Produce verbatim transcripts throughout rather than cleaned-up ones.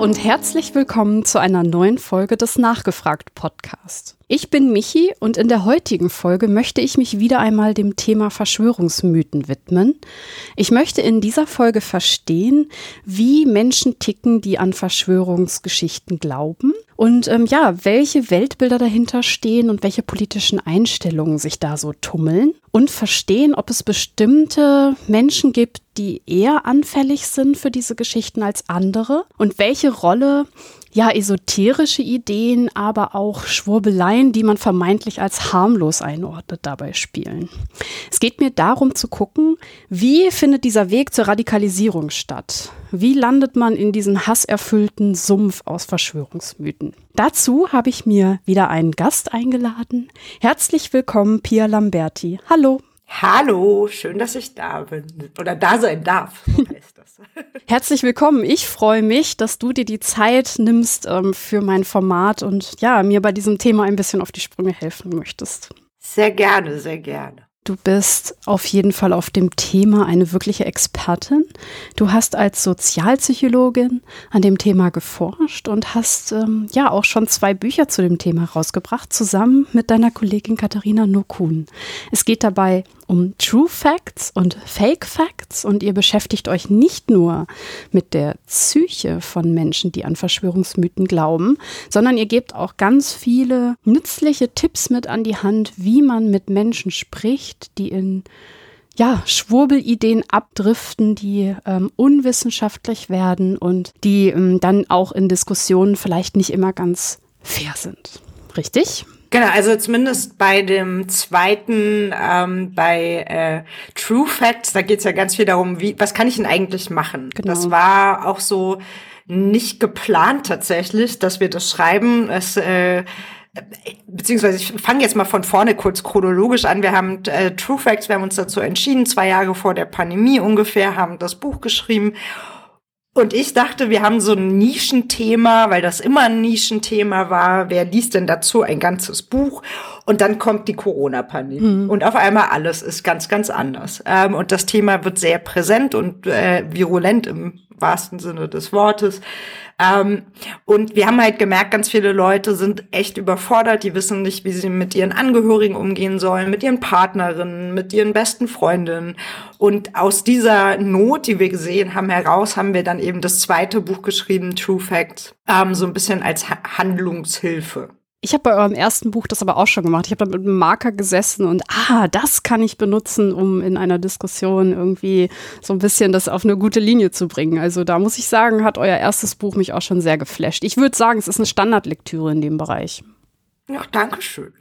und herzlich willkommen zu einer neuen Folge des Nachgefragt-Podcast. Ich bin Michi und in der heutigen Folge möchte ich mich wieder einmal dem Thema Verschwörungsmythen widmen. Ich möchte in dieser Folge verstehen, wie Menschen ticken, die an Verschwörungsgeschichten glauben und ähm, ja, welche Weltbilder dahinter stehen und welche politischen Einstellungen sich da so tummeln und verstehen, ob es bestimmte Menschen gibt, die eher anfällig sind für diese Geschichten als andere und welche Rolle ja esoterische Ideen, aber auch Schwurbeleien, die man vermeintlich als harmlos einordnet, dabei spielen. Es geht mir darum zu gucken, wie findet dieser Weg zur Radikalisierung statt? Wie landet man in diesen hasserfüllten Sumpf aus Verschwörungsmythen? Dazu habe ich mir wieder einen Gast eingeladen. Herzlich willkommen, Pia Lamberti. Hallo. Hallo, schön, dass ich da bin oder da sein darf, so heißt das. Herzlich willkommen. Ich freue mich, dass du dir die Zeit nimmst ähm, für mein Format und ja, mir bei diesem Thema ein bisschen auf die Sprünge helfen möchtest. Sehr gerne, sehr gerne. Du bist auf jeden Fall auf dem Thema eine wirkliche Expertin. Du hast als Sozialpsychologin an dem Thema geforscht und hast ähm, ja auch schon zwei Bücher zu dem Thema rausgebracht, zusammen mit deiner Kollegin Katharina Nokun. Es geht dabei um True Facts und Fake Facts und ihr beschäftigt euch nicht nur mit der Psyche von Menschen, die an Verschwörungsmythen glauben, sondern ihr gebt auch ganz viele nützliche Tipps mit an die Hand, wie man mit Menschen spricht, die in ja, Schwurbelideen abdriften, die ähm, unwissenschaftlich werden und die ähm, dann auch in Diskussionen vielleicht nicht immer ganz fair sind. Richtig? Genau, also zumindest bei dem zweiten, ähm, bei äh, True Facts, da geht es ja ganz viel darum, wie, was kann ich denn eigentlich machen? Genau. Das war auch so nicht geplant tatsächlich, dass wir das schreiben. Es, äh, beziehungsweise ich fange jetzt mal von vorne kurz chronologisch an. Wir haben äh, True Facts, wir haben uns dazu entschieden, zwei Jahre vor der Pandemie ungefähr, haben das Buch geschrieben. Und ich dachte, wir haben so ein Nischenthema, weil das immer ein Nischenthema war. Wer liest denn dazu ein ganzes Buch? Und dann kommt die Corona-Pandemie. Mhm. Und auf einmal alles ist ganz, ganz anders. Ähm, und das Thema wird sehr präsent und äh, virulent im wahrsten Sinne des Wortes. Ähm, und wir haben halt gemerkt, ganz viele Leute sind echt überfordert. Die wissen nicht, wie sie mit ihren Angehörigen umgehen sollen, mit ihren Partnerinnen, mit ihren besten Freundinnen. Und aus dieser Not, die wir gesehen haben, heraus haben wir dann eben das zweite Buch geschrieben, True Facts, ähm, so ein bisschen als ha- Handlungshilfe. Ich habe bei eurem ersten Buch das aber auch schon gemacht. Ich habe da mit einem Marker gesessen und ah, das kann ich benutzen, um in einer Diskussion irgendwie so ein bisschen das auf eine gute Linie zu bringen. Also da muss ich sagen, hat euer erstes Buch mich auch schon sehr geflasht. Ich würde sagen, es ist eine Standardlektüre in dem Bereich. Ja, danke schön.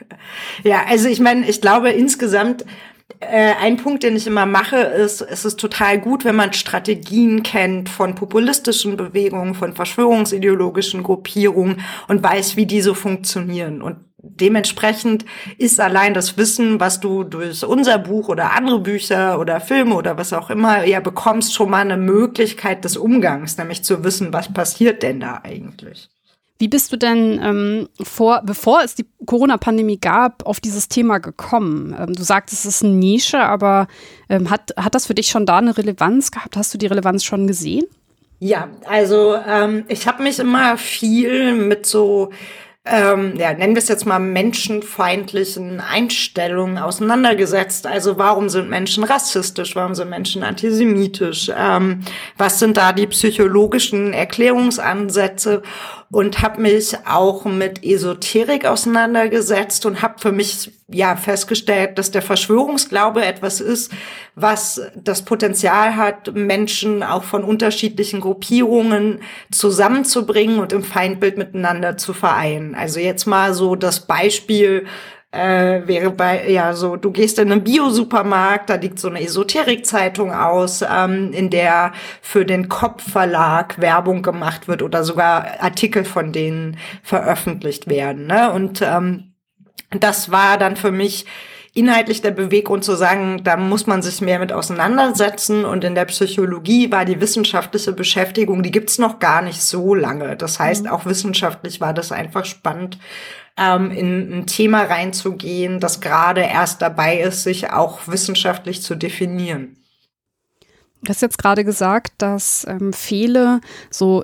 Ja, also ich meine, ich glaube insgesamt, Äh, ein Punkt, den ich immer mache, ist, es ist total gut, wenn man Strategien kennt von populistischen Bewegungen, von verschwörungsideologischen Gruppierungen und weiß, wie die so funktionieren. Und dementsprechend ist allein das Wissen, was du durch unser Buch oder andere Bücher oder Filme oder was auch immer ja bekommst, schon mal eine Möglichkeit des Umgangs, nämlich zu wissen, was passiert denn da eigentlich. Wie bist du denn, ähm, vor, bevor es die Corona-Pandemie gab, auf dieses Thema gekommen? Ähm, du sagtest, es ist eine Nische, aber ähm, hat, hat das für dich schon da eine Relevanz gehabt? Hast du die Relevanz schon gesehen? Ja, also ähm, ich habe mich immer viel mit so Ähm, ja, nennen wir es jetzt mal menschenfeindlichen Einstellungen auseinandergesetzt. Also warum sind Menschen rassistisch? Warum sind Menschen antisemitisch? Ähm, was sind da die psychologischen Erklärungsansätze? Und habe mich auch mit Esoterik auseinandergesetzt und habe für mich ja festgestellt, dass der Verschwörungsglaube etwas ist, was das Potenzial hat, Menschen auch von unterschiedlichen Gruppierungen zusammenzubringen und im Feindbild miteinander zu vereinen. Also jetzt mal so das Beispiel äh, wäre bei, ja, so, du gehst in einen Bio-Supermarkt, da liegt so eine Esoterik-Zeitung aus, ähm, in der für den Kopf-Verlag Werbung gemacht wird oder sogar Artikel von denen veröffentlicht werden, ne? Und ähm, das war dann für mich inhaltlich der Beweggrund zu sagen, da muss man sich mehr mit auseinandersetzen. Und in der Psychologie war die wissenschaftliche Beschäftigung, die gibt's noch gar nicht so lange. Das heißt, auch wissenschaftlich war das einfach spannend, ähm, in ein Thema reinzugehen, das gerade erst dabei ist, sich auch wissenschaftlich zu definieren. Du hast jetzt gerade gesagt, dass ähm, viele so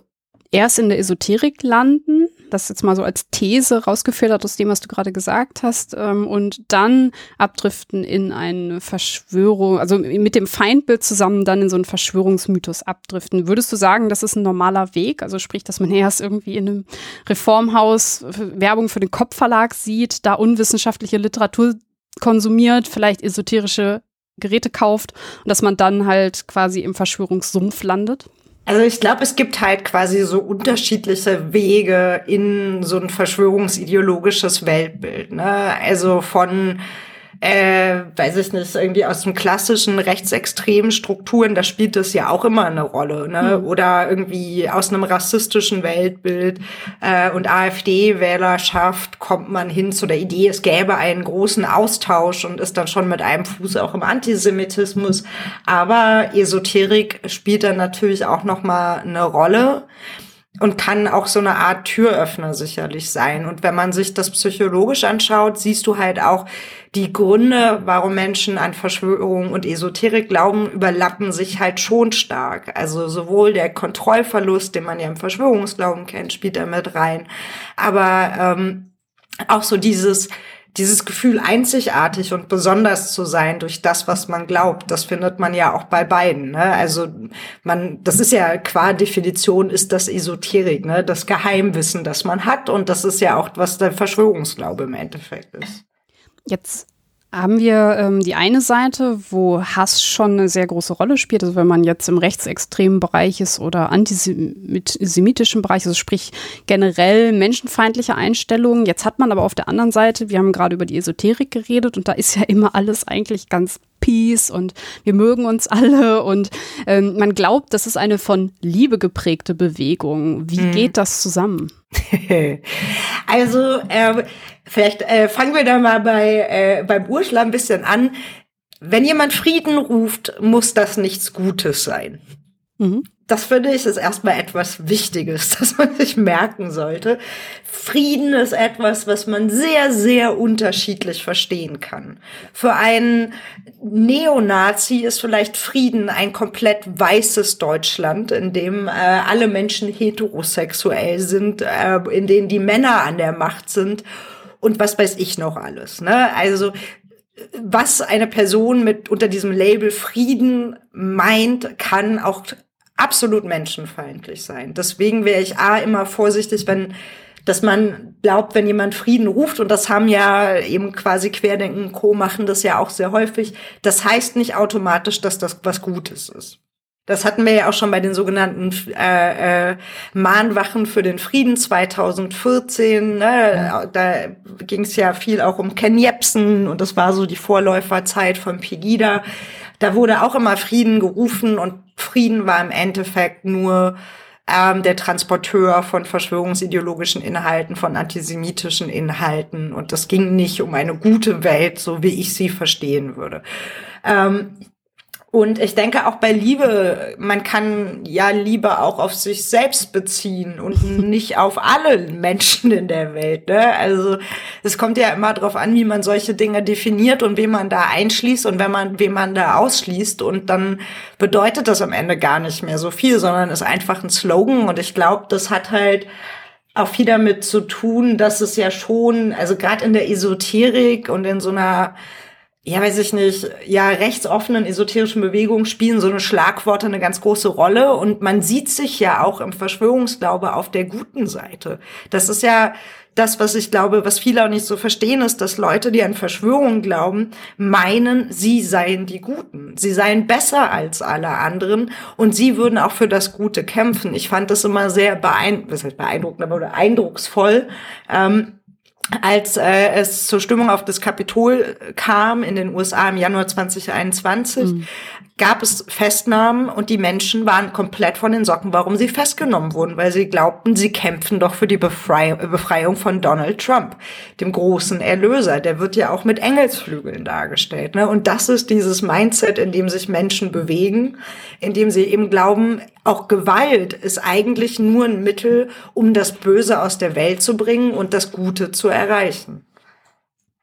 erst in der Esoterik landen, das jetzt mal so als These rausgefiltert aus dem, was du gerade gesagt hast, ähm, und dann abdriften in eine Verschwörung, also mit dem Feindbild zusammen dann in so einen Verschwörungsmythos abdriften. Würdest du sagen, das ist ein normaler Weg? Also sprich, dass man erst irgendwie in einem Reformhaus Werbung für den Kopfverlag sieht, da unwissenschaftliche Literatur konsumiert, vielleicht esoterische Geräte kauft und dass man dann halt quasi im Verschwörungssumpf landet? Also ich glaube, es gibt halt quasi so unterschiedliche Wege in so ein verschwörungsideologisches Weltbild, ne? Also von, äh, weiß ich nicht, irgendwie aus dem klassischen rechtsextremen Strukturen, da spielt das ja auch immer eine Rolle, ne? Mhm. Oder irgendwie aus einem rassistischen Weltbild äh, und AfD-Wählerschaft kommt man hin zu der Idee, es gäbe einen großen Austausch und ist dann schon mit einem Fuß auch im Antisemitismus. Aber Esoterik spielt dann natürlich auch noch mal eine Rolle und kann auch so eine Art Türöffner sicherlich sein. Und wenn man sich das psychologisch anschaut, siehst du halt auch, die Gründe, warum Menschen an Verschwörung und Esoterik glauben, überlappen sich halt schon stark. Also sowohl der Kontrollverlust, den man ja im Verschwörungsglauben kennt, spielt da mit rein. Aber ähm, auch so dieses Dieses Gefühl, einzigartig und besonders zu sein durch das, was man glaubt, das findet man ja auch bei beiden, ne? Also man, das ist ja qua Definition ist das Esoterik, ne? Das Geheimwissen, das man hat, und das ist ja auch, was der Verschwörungsglaube im Endeffekt ist. Jetzt haben wir ähm, die eine Seite, wo Hass schon eine sehr große Rolle spielt. Also wenn man jetzt im rechtsextremen Bereich ist oder antisemitischen Bereich, also sprich generell menschenfeindliche Einstellungen. Jetzt hat man aber auf der anderen Seite, wir haben gerade über die Esoterik geredet und da ist ja immer alles eigentlich ganz Peace und wir mögen uns alle und ähm, man glaubt, das ist eine von Liebe geprägte Bewegung. Wie hm. geht das zusammen? Also äh, vielleicht äh, fangen wir da mal bei äh, beim Urschlag ein bisschen an. Wenn jemand Frieden ruft, muss das nichts Gutes sein. Mhm. Das finde ich ist erstmal etwas Wichtiges, das man sich merken sollte. Frieden ist etwas, was man sehr, sehr unterschiedlich verstehen kann. Für einen Neonazi ist vielleicht Frieden ein komplett weißes Deutschland, in dem äh, alle Menschen heterosexuell sind, äh, in dem die Männer an der Macht sind und was weiß ich noch alles, ne? Also was eine Person mit unter diesem Label Frieden meint, kann auch absolut menschenfeindlich sein. Deswegen wäre ich A, immer vorsichtig, wenn, dass man glaubt, wenn jemand Frieden ruft, und das haben ja eben quasi Querdenken und Co. machen das ja auch sehr häufig, das heißt nicht automatisch, dass das was Gutes ist. Das hatten wir ja auch schon bei den sogenannten äh, äh, Mahnwachen für den Frieden zweitausendvierzehn. Ne? Ja. Da ging es ja viel auch um Ken Jebsen und das war so die Vorläuferzeit von Pegida. Da wurde auch immer Frieden gerufen und Frieden war im Endeffekt nur ähm, der Transporteur von verschwörungsideologischen Inhalten, von antisemitischen Inhalten, und das ging nicht um eine gute Welt, so wie ich sie verstehen würde. Ähm, Und ich denke auch bei Liebe, man kann ja Liebe auch auf sich selbst beziehen und nicht auf alle Menschen in der Welt, ne? Also es kommt ja immer darauf an, wie man solche Dinge definiert und wen man da einschließt und wenn man, wen man da ausschließt, und dann bedeutet das am Ende gar nicht mehr so viel, sondern ist einfach ein Slogan, und ich glaube, das hat halt auch viel damit zu tun, dass es ja schon, also gerade in der Esoterik und in so einer, ja, weiß ich nicht, ja, rechtsoffenen esoterischen Bewegungen spielen so eine Schlagworte eine ganz große Rolle, und man sieht sich ja auch im Verschwörungsglaube auf der guten Seite. Das ist ja das, was ich glaube, was viele auch nicht so verstehen, ist, dass Leute, die an Verschwörungen glauben, meinen, sie seien die Guten. Sie seien besser als alle anderen und sie würden auch für das Gute kämpfen. Ich fand das immer sehr beeindruckend, was heißt beeindruckend, aber eindrucksvoll, ähm, als äh, es zur Stimmung auf das Kapitol kam in den U S A im Januar zweitausendeinundzwanzig, mhm. gab es Festnahmen und die Menschen waren komplett von den Socken, warum sie festgenommen wurden, weil sie glaubten, sie kämpfen doch für die Befreiung, Befreiung von Donald Trump, dem großen Erlöser. Der wird ja auch mit Engelsflügeln dargestellt, ne? Und das ist dieses Mindset, in dem sich Menschen bewegen, in dem sie eben glauben, auch Gewalt ist eigentlich nur ein Mittel, um das Böse aus der Welt zu bringen und das Gute zu erreichen.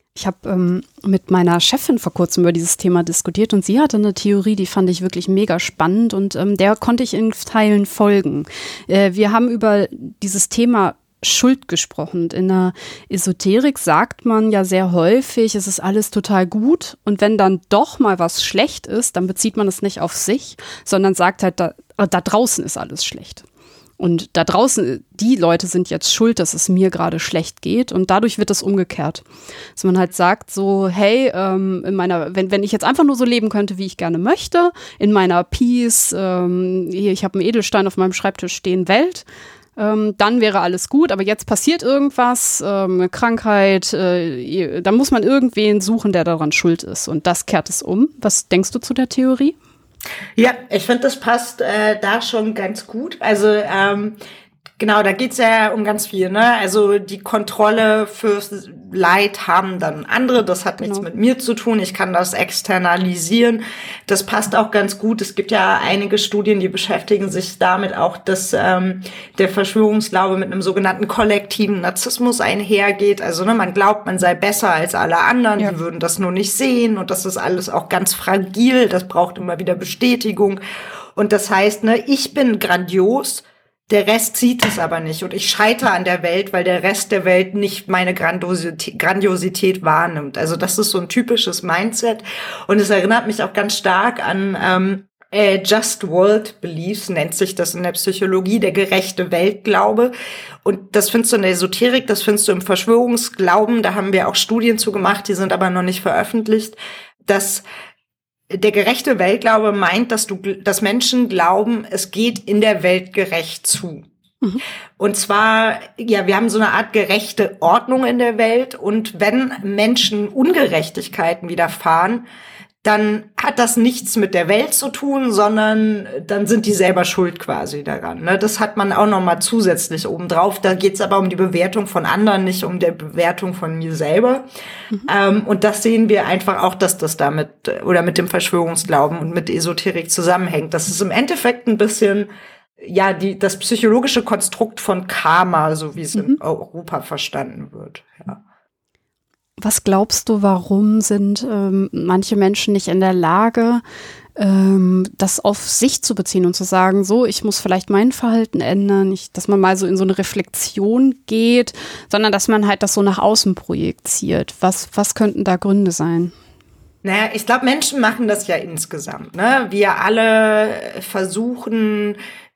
Ich habe ähm, mit meiner Chefin vor kurzem über dieses Thema diskutiert und sie hatte eine Theorie, die fand ich wirklich mega spannend und ähm, der konnte ich in Teilen folgen. Äh, wir haben über dieses Thema Schuld gesprochen. Und in der Esoterik sagt man ja sehr häufig, es ist alles total gut und wenn dann doch mal was schlecht ist, dann bezieht man es nicht auf sich, sondern sagt halt, da, da draußen ist alles schlecht. Und da draußen, die Leute sind jetzt schuld, dass es mir gerade schlecht geht. Und dadurch wird es umgekehrt. Dass man halt sagt so, hey, ähm, in meiner, wenn, wenn ich jetzt einfach nur so leben könnte, wie ich gerne möchte, in meiner Peace, ähm, hier, ich habe einen Edelstein auf meinem Schreibtisch stehen, Welt, ähm, dann wäre alles gut. Aber jetzt passiert irgendwas, ähm, eine Krankheit, äh, da muss man irgendwen suchen, der daran schuld ist. Und das kehrt es um. Was denkst du zu der Theorie? Ja, ich finde, das passt äh, da schon ganz gut. Also ähm, genau, da geht's ja um ganz viel, ne? Also die Kontrolle fürs Leid haben dann andere, das hat nichts genau. mit mir zu tun, ich kann das externalisieren. Das passt auch ganz gut. Es gibt ja einige Studien, die beschäftigen sich damit auch, dass ähm, der Verschwörungsglaube mit einem sogenannten kollektiven Narzissmus einhergeht. Also ne, man glaubt, man sei besser als alle anderen, ja. Die würden das nur nicht sehen und das ist alles auch ganz fragil, das braucht immer wieder Bestätigung. Und das heißt, ne, ich bin grandios, der Rest sieht es aber nicht und ich scheitere an der Welt, weil der Rest der Welt nicht meine Grandiosität, Grandiosität wahrnimmt. Also das ist so ein typisches Mindset und es erinnert mich auch ganz stark an ähm, äh, Just World Beliefs, nennt sich das in der Psychologie, der gerechte Weltglaube. Und das findest du in der Esoterik, das findest du im Verschwörungsglauben, da haben wir auch Studien zu gemacht, die sind aber noch nicht veröffentlicht, dass der gerechte Weltglaube meint, dass du, dass Menschen glauben, es geht in der Welt gerecht zu. Mhm. Und zwar, ja, wir haben so eine Art gerechte Ordnung in der Welt und wenn Menschen Ungerechtigkeiten widerfahren, dann hat das nichts mit der Welt zu tun, sondern dann sind die selber schuld quasi daran. Ne? Das hat man auch noch mal zusätzlich obendrauf. Da geht's aber um die Bewertung von anderen, nicht um die Bewertung von mir selber. Mhm. Ähm, und das sehen wir einfach auch, dass das damit oder mit dem Verschwörungsglauben und mit Esoterik zusammenhängt. Das ist im Endeffekt ein bisschen ja die das psychologische Konstrukt von Karma, so wie es mhm. in Europa verstanden wird. Ja. Was glaubst du, warum sind ähm, manche Menschen nicht in der Lage, ähm, das auf sich zu beziehen und zu sagen, so, ich muss vielleicht mein Verhalten ändern, nicht, dass man mal so in so eine Reflexion geht, sondern dass man halt das so nach außen projiziert. Was, was könnten da Gründe sein? Naja, ich glaube, Menschen machen das ja insgesamt, ne? Wir alle versuchen,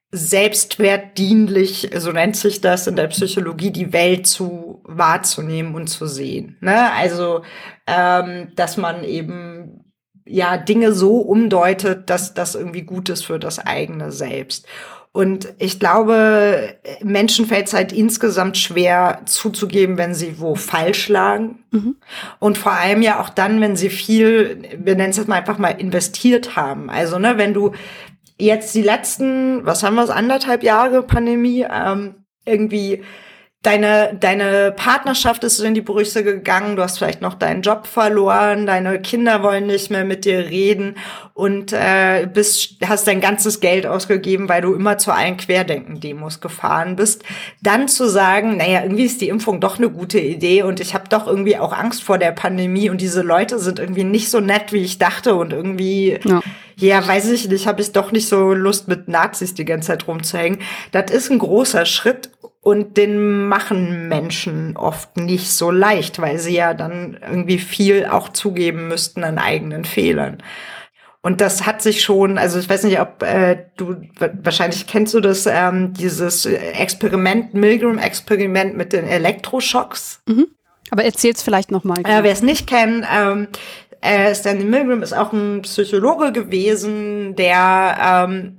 selbstwertdienlich, so nennt sich das in der Psychologie, die Welt zu wahrzunehmen und zu sehen. Ne? Also, ähm, dass man eben ja Dinge so umdeutet, dass das irgendwie gut ist für das eigene Selbst. Und ich glaube, Menschen fällt es halt insgesamt schwer zuzugeben, wenn sie wo falsch lagen. Mhm. Und vor allem ja auch dann, wenn sie viel, wir nennen es jetzt mal einfach mal investiert haben. Also, ne, wenn du jetzt die letzten, was haben wir, anderthalb Jahre Pandemie, ähm, irgendwie deine deine Partnerschaft ist in die Brüche gegangen, du hast vielleicht noch deinen Job verloren, deine Kinder wollen nicht mehr mit dir reden und äh, bist hast dein ganzes Geld ausgegeben, weil du immer zu allen Querdenken-Demos gefahren bist. Dann zu sagen, naja, irgendwie ist die Impfung doch eine gute Idee und ich habe doch irgendwie auch Angst vor der Pandemie und diese Leute sind irgendwie nicht so nett, wie ich dachte und irgendwie ja. Ja, weiß ich nicht, habe ich doch nicht so Lust, mit Nazis die ganze Zeit rumzuhängen. Das ist ein großer Schritt und den machen Menschen oft nicht so leicht, weil sie ja dann irgendwie viel auch zugeben müssten an eigenen Fehlern. Und das hat sich schon, also ich weiß nicht, ob äh, du, wahrscheinlich kennst du das, ähm, dieses Experiment, Milgram-Experiment mit den Elektroschocks. Mhm. Aber erzähl's vielleicht nochmal. Genau. Äh, wer es nicht kennt, ähm, Äh, Stanley Milgram ist auch ein Psychologe gewesen, der ähm,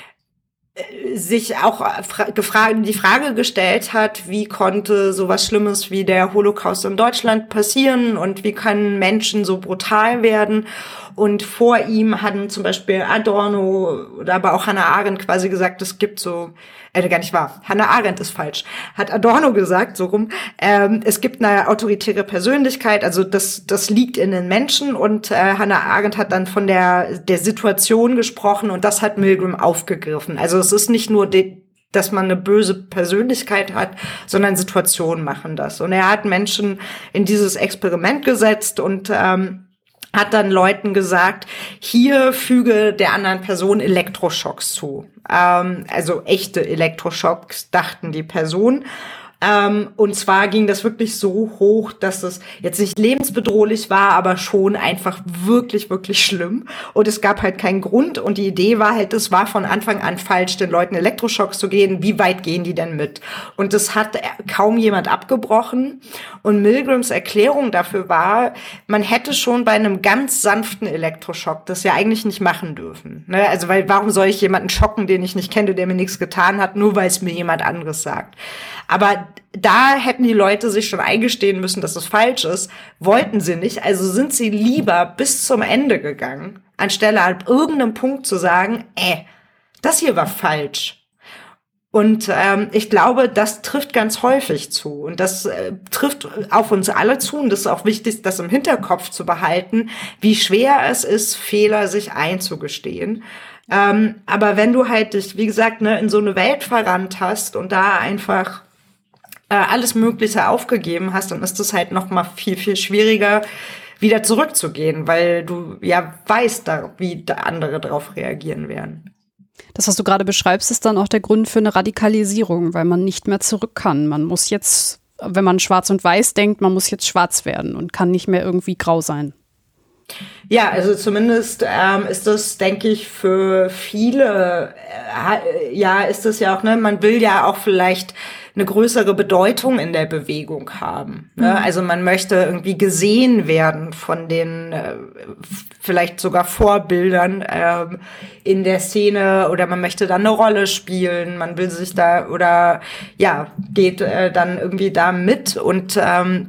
sich auch fra- gefragt, die Frage gestellt hat, wie konnte sowas Schlimmes wie der Holocaust in Deutschland passieren und wie können Menschen so brutal werden. Und vor ihm hatten zum Beispiel Adorno oder aber auch Hannah Arendt quasi gesagt, es gibt so, äh, gar nicht wahr, Hannah Arendt ist falsch, hat Adorno gesagt, so rum, ähm, es gibt eine autoritäre Persönlichkeit, also das das liegt in den Menschen und äh, Hannah Arendt hat dann von der der Situation gesprochen und das hat Milgram aufgegriffen. Also es ist nicht nur die, dass man eine böse Persönlichkeit hat, sondern Situationen machen das. Und er hat Menschen in dieses Experiment gesetzt und ähm, hat dann Leuten gesagt, hier füge der anderen Person Elektroschocks zu. Ähm, also echte Elektroschocks, dachten die Personen. Ähm, und zwar ging das wirklich so hoch, dass es jetzt nicht lebensbedrohlich war, aber schon einfach wirklich, wirklich schlimm. Und es gab halt keinen Grund. Und die Idee war halt, es war von Anfang an falsch, den Leuten Elektroschocks zu gehen. Wie weit gehen die denn mit? Und das hat kaum jemand abgebrochen. Und Milgrams Erklärung dafür war, man hätte schon bei einem ganz sanften Elektroschock das ja eigentlich nicht machen dürfen. Ne? Also, weil warum soll ich jemanden schocken, den ich nicht kenne, der mir nichts getan hat, nur weil es mir jemand anderes sagt? Aber da hätten die Leute sich schon eingestehen müssen, dass es falsch ist. Wollten sie nicht. Also sind sie lieber bis zum Ende gegangen, anstelle ab irgendeinem Punkt zu sagen, äh, das hier war falsch. Und ähm, ich glaube, das trifft ganz häufig zu. Und das äh, trifft auf uns alle zu. Und das ist auch wichtig, das im Hinterkopf zu behalten, wie schwer es ist, Fehler sich einzugestehen. Ähm, aber wenn du halt dich, wie gesagt, ne, in so eine Welt verrannt hast und da einfach äh, alles Mögliche aufgegeben hast, dann ist es halt noch mal viel, viel schwieriger, wieder zurückzugehen, weil du ja weißt, da, wie da andere drauf reagieren werden. Das, was du gerade beschreibst, ist dann auch der Grund für eine Radikalisierung, weil man nicht mehr zurück kann. Man muss jetzt, wenn man schwarz und weiß denkt, man muss jetzt schwarz werden und kann nicht mehr irgendwie grau sein. Ja, also zumindest ähm, ist das, denke ich, für viele, äh, ja, ist das ja auch, ne, man will ja auch vielleicht eine größere Bedeutung in der Bewegung haben. Ne? Mhm. Also man möchte irgendwie gesehen werden von den äh, vielleicht sogar Vorbildern ähm, in der Szene, oder man möchte dann eine Rolle spielen, man will sich da, oder ja, geht äh, dann irgendwie da mit. Und ähm,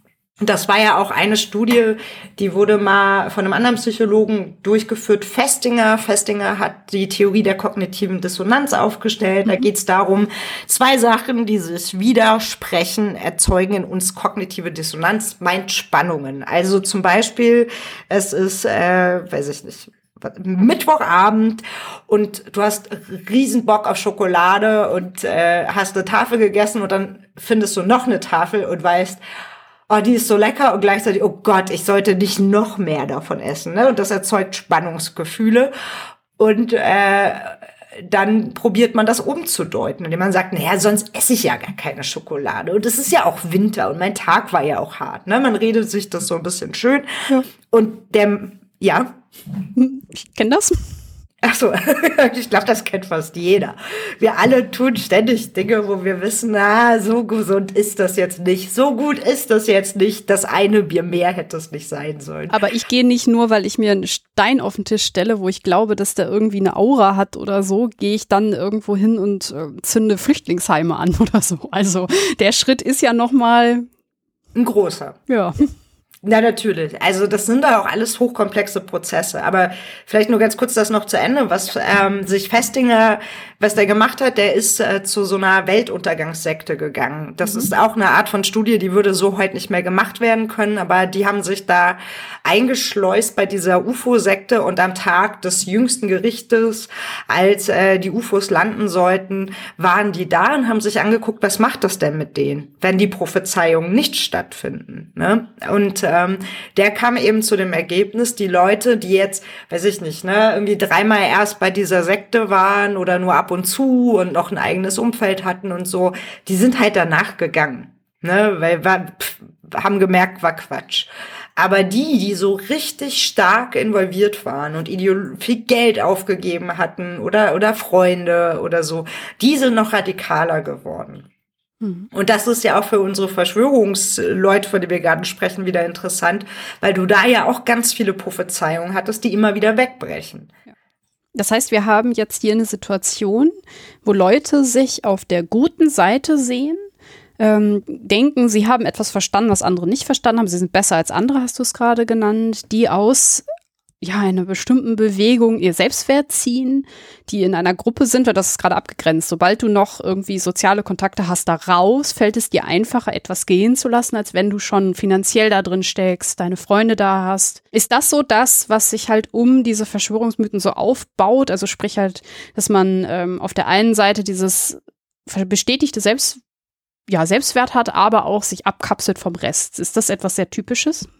das war ja auch eine Studie, die wurde mal von einem anderen Psychologen durchgeführt, Festinger. Festinger hat die Theorie der kognitiven Dissonanz aufgestellt. Mhm. Da geht es darum, zwei Sachen, die sich widersprechen, erzeugen in uns kognitive Dissonanz, meint Spannungen. Also zum Beispiel, es ist, äh, weiß ich nicht, Mittwochabend und du hast riesen Bock auf Schokolade und äh, hast eine Tafel gegessen und dann findest du noch eine Tafel und weißt, oh, die ist so lecker, und gleichzeitig, oh Gott, ich sollte nicht noch mehr davon essen. Ne? Und das erzeugt Spannungsgefühle. Und äh, dann probiert man das umzudeuten, indem man sagt, naja, sonst esse ich ja gar keine Schokolade. Und es ist ja auch Winter und mein Tag war ja auch hart. Ne? Man redet sich das so ein bisschen schön. Ja. Und der, ja. Ich kenne das. Ach so, ich glaube, das kennt fast jeder. Wir alle tun ständig Dinge, wo wir wissen, na, so gesund ist das jetzt nicht, so gut ist das jetzt nicht, das eine Bier mehr hätte es nicht sein sollen. Aber ich gehe nicht nur, weil ich mir einen Stein auf den Tisch stelle, wo ich glaube, dass der irgendwie eine Aura hat oder so, gehe ich dann irgendwo hin und äh, zünde Flüchtlingsheime an oder so. Also der Schritt ist ja noch mal ein großer. Ja. Na, natürlich. Also das sind da auch alles hochkomplexe Prozesse. Aber vielleicht nur ganz kurz das noch zu Ende, was ähm, sich Festinger, was der gemacht hat, der ist äh, zu so einer Weltuntergangssekte gegangen. Das mhm. ist auch eine Art von Studie, die würde so heute nicht mehr gemacht werden können, aber die haben sich da eingeschleust bei dieser U F O-Sekte, und am Tag des jüngsten Gerichtes, als äh, die U F Os landen sollten, waren die da und haben sich angeguckt, was macht das denn mit denen, wenn die Prophezeiungen nicht stattfinden, ne? Und ähm, der kam eben zu dem Ergebnis, die Leute, die jetzt, weiß ich nicht, ne, irgendwie dreimal erst bei dieser Sekte waren oder nur ab und zu und noch ein eigenes Umfeld hatten und so, die sind halt danach gegangen, ne, weil war, pff, haben gemerkt, war Quatsch. Aber die, die so richtig stark involviert waren und Ideolo- viel Geld aufgegeben hatten oder oder Freunde oder so, die sind noch radikaler geworden. Und das ist ja auch für unsere Verschwörungsleute, von denen wir gerade sprechen, wieder interessant, weil du da ja auch ganz viele Prophezeiungen hattest, die immer wieder wegbrechen. Das heißt, wir haben jetzt hier eine Situation, wo Leute sich auf der guten Seite sehen, ähm, denken, sie haben etwas verstanden, was andere nicht verstanden haben. Sie sind besser als andere, hast du es gerade genannt, die aus ja, einer bestimmten Bewegung ihr Selbstwert ziehen, die in einer Gruppe sind, weil das ist gerade abgegrenzt. Sobald du noch irgendwie soziale Kontakte hast, da raus, fällt es dir einfacher, etwas gehen zu lassen, als wenn du schon finanziell da drin steckst, deine Freunde da hast. Ist das so das, was sich halt um diese Verschwörungsmythen so aufbaut? Also sprich halt, dass man ähm, auf der einen Seite dieses bestätigte Selbst, ja, Selbstwert hat, aber auch sich abkapselt vom Rest. Ist das etwas sehr Typisches?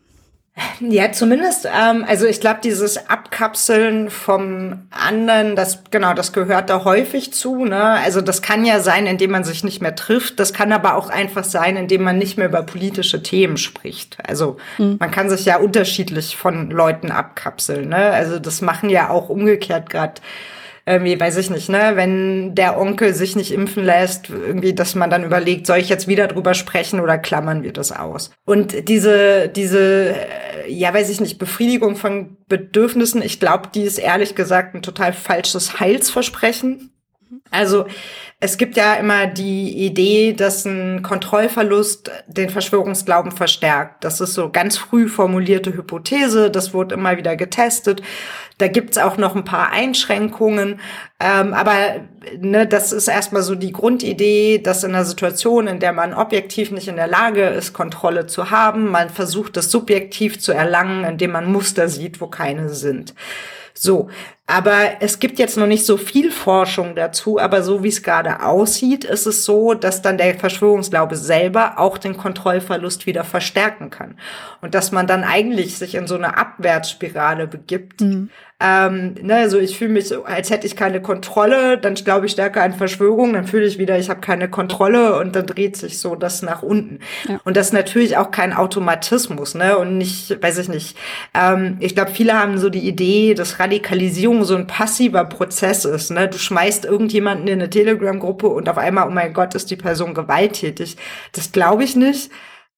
Ja, zumindest, ähm, also ich glaube, dieses Abkapseln vom anderen, das genau, das gehört da häufig zu, ne? Also das kann ja sein, indem man sich nicht mehr trifft, das kann aber auch einfach sein, indem man nicht mehr über politische Themen spricht. Also mhm. man kann sich ja unterschiedlich von Leuten abkapseln, ne? Also das machen ja auch umgekehrt gerade irgendwie, weiß ich nicht, ne, wenn der Onkel sich nicht impfen lässt, irgendwie, dass man dann überlegt, soll ich jetzt wieder drüber sprechen oder klammern wir das aus? Und diese, diese, ja, weiß ich nicht, Befriedigung von Bedürfnissen, ich glaube, die ist ehrlich gesagt ein total falsches Heilsversprechen. Also es gibt ja immer die Idee, dass ein Kontrollverlust den Verschwörungsglauben verstärkt. Das ist so ganz früh formulierte Hypothese, das wurde immer wieder getestet. Da gibt's auch noch ein paar Einschränkungen, ähm, aber ne, das ist erstmal so die Grundidee, dass in einer Situation, in der man objektiv nicht in der Lage ist, Kontrolle zu haben, man versucht, das subjektiv zu erlangen, indem man Muster sieht, wo keine sind. So, aber es gibt jetzt noch nicht so viel Forschung dazu, aber so wie es gerade aussieht, ist es so, dass dann der Verschwörungsglaube selber auch den Kontrollverlust wieder verstärken kann. Und dass man dann eigentlich sich in so eine Abwärtsspirale begibt. Mhm. Ähm, ne, also ich fühle mich so, als hätte ich keine Kontrolle, dann glaube ich stärker an Verschwörung, dann fühle ich wieder, ich habe keine Kontrolle und dann dreht sich so das nach unten. Ja. Und das ist natürlich auch kein Automatismus, ne, und nicht, weiß ich nicht, ähm, ich glaube, viele haben so die Idee, dass Radikalisierung so ein passiver Prozess ist, ne, du schmeißt irgendjemanden in eine Telegram-Gruppe und auf einmal, oh mein Gott, ist die Person gewalttätig. Das glaube ich nicht.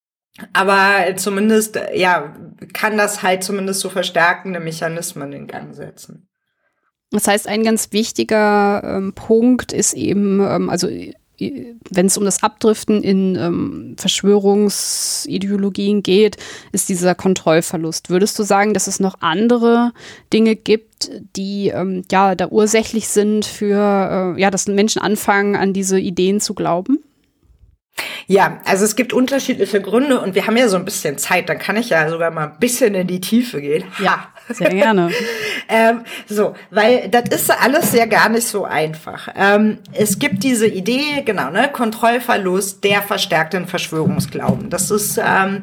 Aber zumindest, ja, kann das halt zumindest so verstärkende Mechanismen in Gang setzen. Das heißt, ein ganz wichtiger ähm, Punkt ist eben, ähm, also wenn es um das Abdriften in ähm, Verschwörungsideologien geht, ist dieser Kontrollverlust. Würdest du sagen, dass es noch andere Dinge gibt, die ähm, ja da ursächlich sind für, äh, ja, dass Menschen anfangen, an diese Ideen zu glauben? Ja, also es gibt unterschiedliche Gründe und wir haben ja so ein bisschen Zeit, dann kann ich ja sogar mal ein bisschen in die Tiefe gehen. Ja, sehr gerne. ähm, so, weil das ist alles ja gar nicht so einfach. Ähm, es gibt diese Idee, genau, ne, Kontrollverlust, der verstärkt den Verschwörungsglauben. Das ist ähm,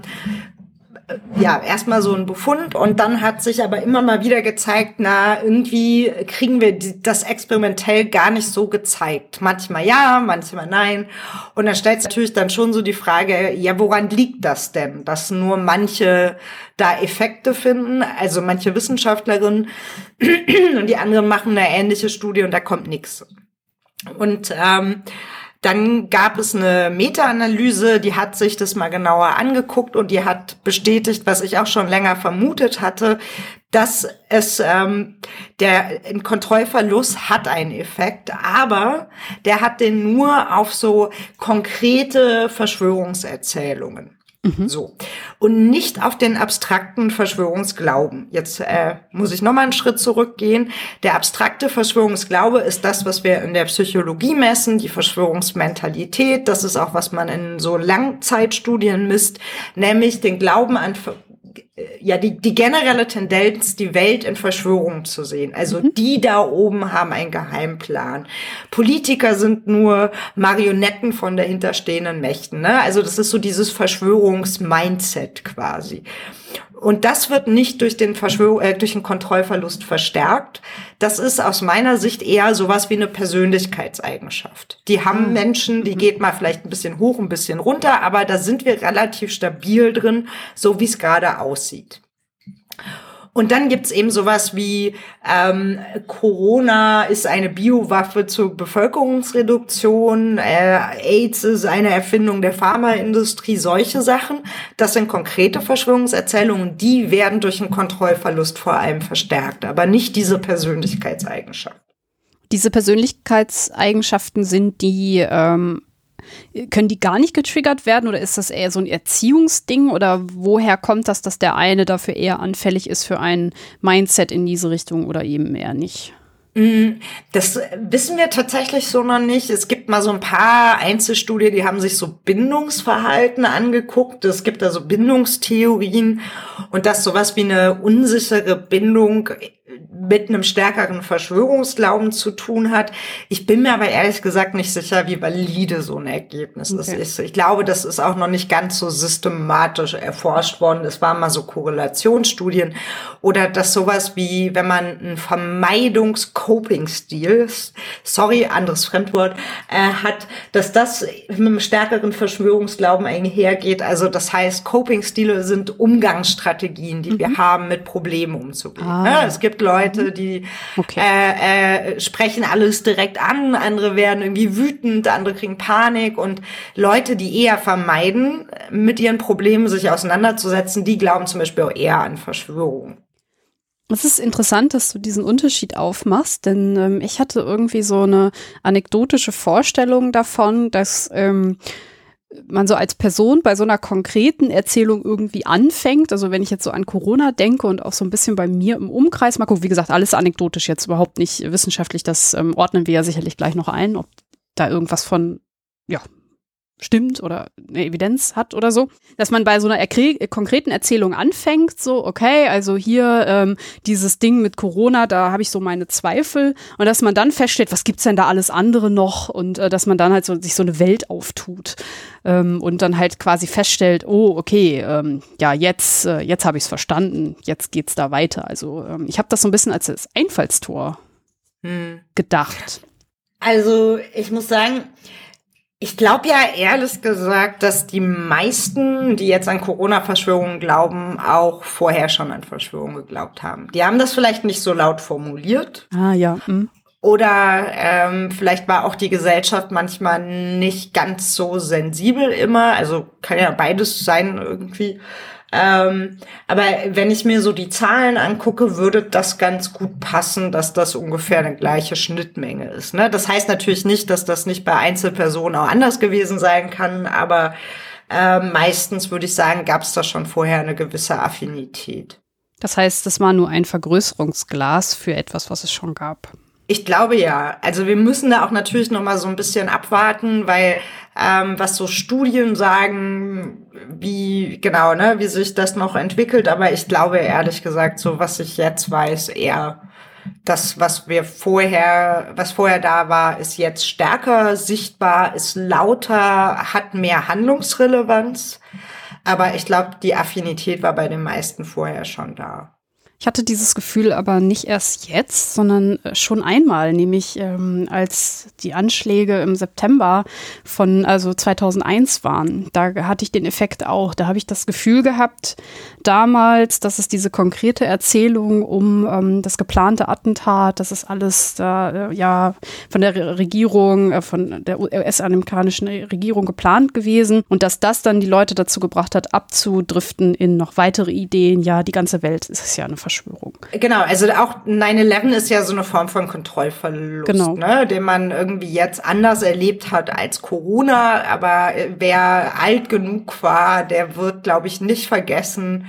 ja, erstmal so ein Befund und dann hat sich aber immer mal wieder gezeigt, na, irgendwie kriegen wir das experimentell gar nicht so gezeigt. Manchmal ja, manchmal nein. Und dann stellt sich natürlich dann schon so die Frage, ja, woran liegt das denn, dass nur manche da Effekte finden, also manche Wissenschaftlerinnen und die anderen machen eine ähnliche Studie und da kommt nichts. Und ähm, dann gab es eine Meta-Analyse, die hat sich das mal genauer angeguckt und die hat bestätigt, was ich auch schon länger vermutet hatte, dass es ähm, der ein Kontrollverlust hat einen Effekt, aber der hat den nur auf so konkrete Verschwörungserzählungen. Mhm. So. Und nicht auf den abstrakten Verschwörungsglauben. Jetzt äh, muss ich nochmal einen Schritt zurückgehen. Der abstrakte Verschwörungsglaube ist das, was wir in der Psychologie messen, die Verschwörungsmentalität. Das ist auch, was man in so Langzeitstudien misst, nämlich den Glauben an ja, die, die generelle Tendenz, die Welt in Verschwörungen zu sehen. Also mhm. die da oben haben einen Geheimplan. Politiker sind nur Marionetten von dahinterstehenden Mächten, ne? Also das ist so dieses Verschwörungsmindset quasi. Und das wird nicht durch den Verschwörung, äh, durch den Kontrollverlust verstärkt. Das ist aus meiner Sicht eher sowas wie eine Persönlichkeitseigenschaft. Die haben Menschen, die geht mal vielleicht ein bisschen hoch, ein bisschen runter, aber da sind wir relativ stabil drin, so wie es gerade aussieht. Und dann gibt's eben sowas wie ähm, Corona ist eine Biowaffe zur Bevölkerungsreduktion, äh, AIDS ist eine Erfindung der Pharmaindustrie, solche Sachen. Das sind konkrete Verschwörungserzählungen, die werden durch einen Kontrollverlust vor allem verstärkt, aber nicht diese Persönlichkeitseigenschaft. Diese Persönlichkeitseigenschaften sind die ähm können die gar nicht getriggert werden oder ist das eher so ein Erziehungsding oder woher kommt das, dass der eine dafür eher anfällig ist für ein Mindset in diese Richtung oder eben eher nicht? Das wissen wir tatsächlich so noch nicht. Es gibt mal so ein paar Einzelstudien, die haben sich so Bindungsverhalten angeguckt. Es gibt da so Bindungstheorien und dass sowas wie eine unsichere Bindung mit einem stärkeren Verschwörungsglauben zu tun hat. Ich bin mir aber ehrlich gesagt nicht sicher, wie valide so ein Ergebnis okay. ist. Ich glaube, das ist auch noch nicht ganz so systematisch erforscht worden. Es waren mal so Korrelationsstudien oder dass sowas wie, wenn man einen Vermeidungs-Coping-Stil, sorry, anderes Fremdwort, äh, hat, dass das mit einem stärkeren Verschwörungsglauben einhergeht. Also das heißt, Coping-Stile sind Umgangsstrategien, die mhm. wir haben, mit Problemen umzugehen. Ah. Ja, es gibt Leute, die okay. äh, äh, sprechen alles direkt an, andere werden irgendwie wütend, andere kriegen Panik und Leute, die eher vermeiden, mit ihren Problemen sich auseinanderzusetzen, die glauben zum Beispiel auch eher an Verschwörungen. Es ist interessant, dass du diesen Unterschied aufmachst, denn ähm, ich hatte irgendwie so eine anekdotische Vorstellung davon, dass ähm, man so als Person bei so einer konkreten Erzählung irgendwie anfängt. Also wenn ich jetzt so an Corona denke und auch so ein bisschen bei mir im Umkreis mal gucke, wie gesagt, alles anekdotisch jetzt überhaupt nicht wissenschaftlich, das ähm, ordnen wir ja sicherlich gleich noch ein, ob da irgendwas von, ja, stimmt oder eine Evidenz hat oder so, dass man bei so einer erkre- konkreten Erzählung anfängt, so, okay, also hier ähm, dieses Ding mit Corona, da habe ich so meine Zweifel und dass man dann feststellt, was gibt's denn da alles andere noch und äh, dass man dann halt so, sich so eine Welt auftut ähm, und dann halt quasi feststellt, oh, okay, ähm, ja, jetzt, äh, jetzt habe ich es verstanden, jetzt geht's da weiter. Also ähm, ich habe das so ein bisschen als das Einfallstor hm. gedacht. Also ich muss sagen, ich glaube ja ehrlich gesagt, dass die meisten, die jetzt an Corona-Verschwörungen glauben, auch vorher schon an Verschwörungen geglaubt haben. Die haben das vielleicht nicht so laut formuliert. Ah ja. Mhm. Oder ähm, vielleicht war auch die Gesellschaft manchmal nicht ganz so sensibel immer. Also kann ja beides sein irgendwie. Ähm, aber wenn ich mir so die Zahlen angucke, würde das ganz gut passen, dass das ungefähr eine gleiche Schnittmenge ist. Ne? Das heißt natürlich nicht, dass das nicht bei Einzelpersonen auch anders gewesen sein kann, aber äh, meistens würde ich sagen, gab es da schon vorher eine gewisse Affinität. Das heißt, das war nur ein Vergrößerungsglas für etwas, was es schon gab. Ich glaube ja. Also wir müssen da auch natürlich noch mal so ein bisschen abwarten, weil ähm, was so Studien sagen, wie genau, ne, wie sich das noch entwickelt. Aber ich glaube ehrlich gesagt, so was ich jetzt weiß, eher das, was wir vorher, was vorher da war, ist jetzt stärker sichtbar, ist lauter, hat mehr Handlungsrelevanz. Aber ich glaube, die Affinität war bei den meisten vorher schon da. Ich hatte dieses Gefühl aber nicht erst jetzt, sondern schon einmal, nämlich ähm, als die Anschläge im September von also zweitausendeins waren. Da hatte ich den Effekt auch. Da habe ich das Gefühl gehabt, damals, dass es diese konkrete Erzählung um ähm, das geplante Attentat, das ist alles da äh, ja von der Regierung, äh, von der U S-amerikanischen Regierung geplant gewesen und dass das dann die Leute dazu gebracht hat, abzudriften in noch weitere Ideen. Ja, die ganze Welt ist ja eine Verschwörung. Genau, also auch nine eleven ist ja so eine Form von Kontrollverlust, genau. ne, den man irgendwie jetzt anders erlebt hat als Corona, aber wer alt genug war, der wird, glaube ich, nicht vergessen,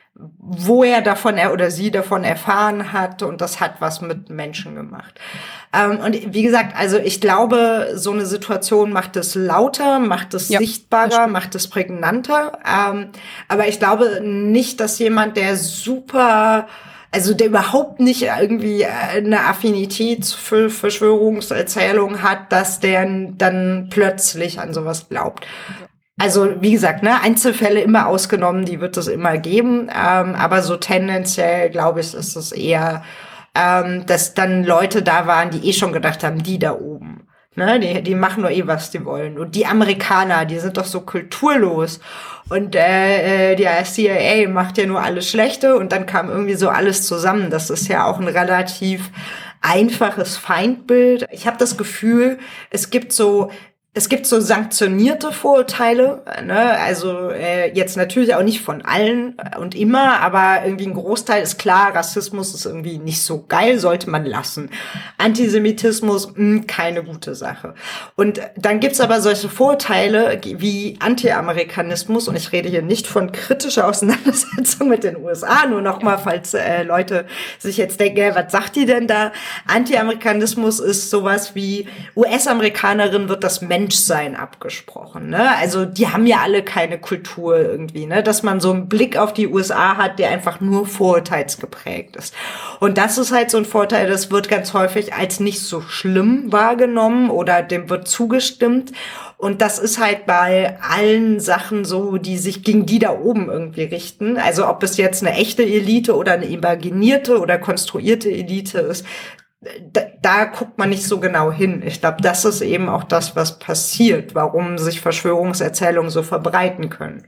wo er davon er oder sie davon erfahren hat und das hat was mit Menschen gemacht. Ähm, und wie gesagt, also ich glaube, so eine Situation macht es lauter, macht es ja, sichtbarer, macht es prägnanter. Ähm, aber ich glaube nicht, dass jemand, der super, also der überhaupt nicht irgendwie eine Affinität für Verschwörungserzählungen hat, dass der dann plötzlich an sowas glaubt. Ja. Also wie gesagt, ne, Einzelfälle immer ausgenommen, die wird es immer geben, ähm, aber so tendenziell, glaube ich, ist es eher, ähm, dass dann Leute da waren, die eh schon gedacht haben, die da oben, ne, die, die machen nur eh, was die wollen. Und die Amerikaner, die sind doch so kulturlos und äh, die C I A macht ja nur alles Schlechte und dann kam irgendwie so alles zusammen. Das ist ja auch ein relativ einfaches Feindbild. Ich habe das Gefühl, es gibt so Es gibt so sanktionierte Vorurteile, ne? Also äh, jetzt natürlich auch nicht von allen und immer, aber irgendwie ein Großteil ist klar, Rassismus ist irgendwie nicht so geil, sollte man lassen. Antisemitismus, mh, keine gute Sache. Und dann gibt's aber solche Vorurteile wie Anti-Amerikanismus, und ich rede hier nicht von kritischer Auseinandersetzung mit den U S A, nur nochmal, falls äh, Leute sich jetzt denken, ja, was sagt die denn da? Anti-Amerikanismus ist sowas wie, U S-Amerikanerin wird das Menschsein abgesprochen, ne? Also die haben ja alle keine Kultur irgendwie, ne? Dass man so einen Blick auf die U S A hat, der einfach nur vorurteilsgeprägt ist. Und das ist halt so ein Vorteil, das wird ganz häufig als nicht so schlimm wahrgenommen oder dem wird zugestimmt. Und das ist halt bei allen Sachen so, die sich gegen die da oben irgendwie richten. Also ob es jetzt eine echte Elite oder eine imaginierte oder konstruierte Elite ist, Da, da guckt man nicht so genau hin. Ich glaube, das ist eben auch das, was passiert, warum sich Verschwörungserzählungen so verbreiten können.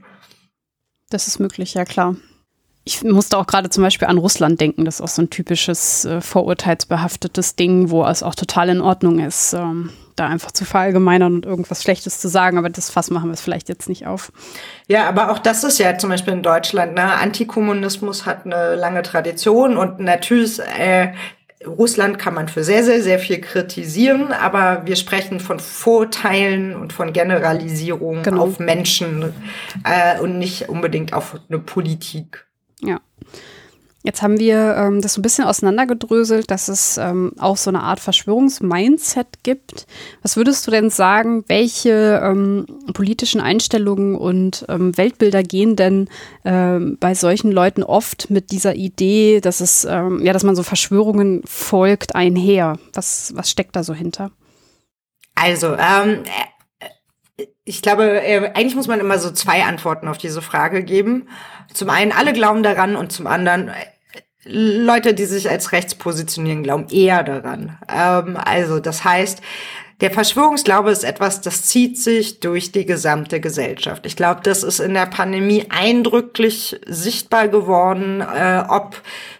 Das ist möglich, ja klar. Ich musste auch gerade zum Beispiel an Russland denken. Das ist auch so ein typisches äh, vorurteilsbehaftetes Ding, wo es auch total in Ordnung ist, ähm, da einfach zu verallgemeinern und irgendwas Schlechtes zu sagen. Aber das Fass machen wir es vielleicht jetzt nicht auf. Ja, aber auch das ist ja zum Beispiel in Deutschland, ne? Antikommunismus hat eine lange Tradition und natürlich äh, Russland kann man für sehr, sehr, sehr viel kritisieren, aber wir sprechen von Vorurteilen und von Generalisierung genau. auf Menschen äh, und nicht unbedingt auf eine Politik. Ja. Jetzt haben wir ähm, das so ein bisschen auseinandergedröselt, dass es ähm, auch so eine Art Verschwörungsmindset gibt. Was würdest du denn sagen, welche ähm, politischen Einstellungen und ähm, Weltbilder gehen denn ähm, bei solchen Leuten oft mit dieser Idee, dass es ähm, ja, dass man so Verschwörungen folgt, einher? Was was steckt da so hinter? Also ähm, ich glaube, äh, eigentlich muss man immer so zwei Antworten auf diese Frage geben. Zum einen, alle glauben daran, und zum anderen, Leute, die sich als rechts positionieren, glauben eher daran. Ähm, also das heißt, der Verschwörungsglaube ist etwas, das zieht sich durch die gesamte Gesellschaft. Ich glaube, das ist in der Pandemie eindrücklich sichtbar geworden, äh, ob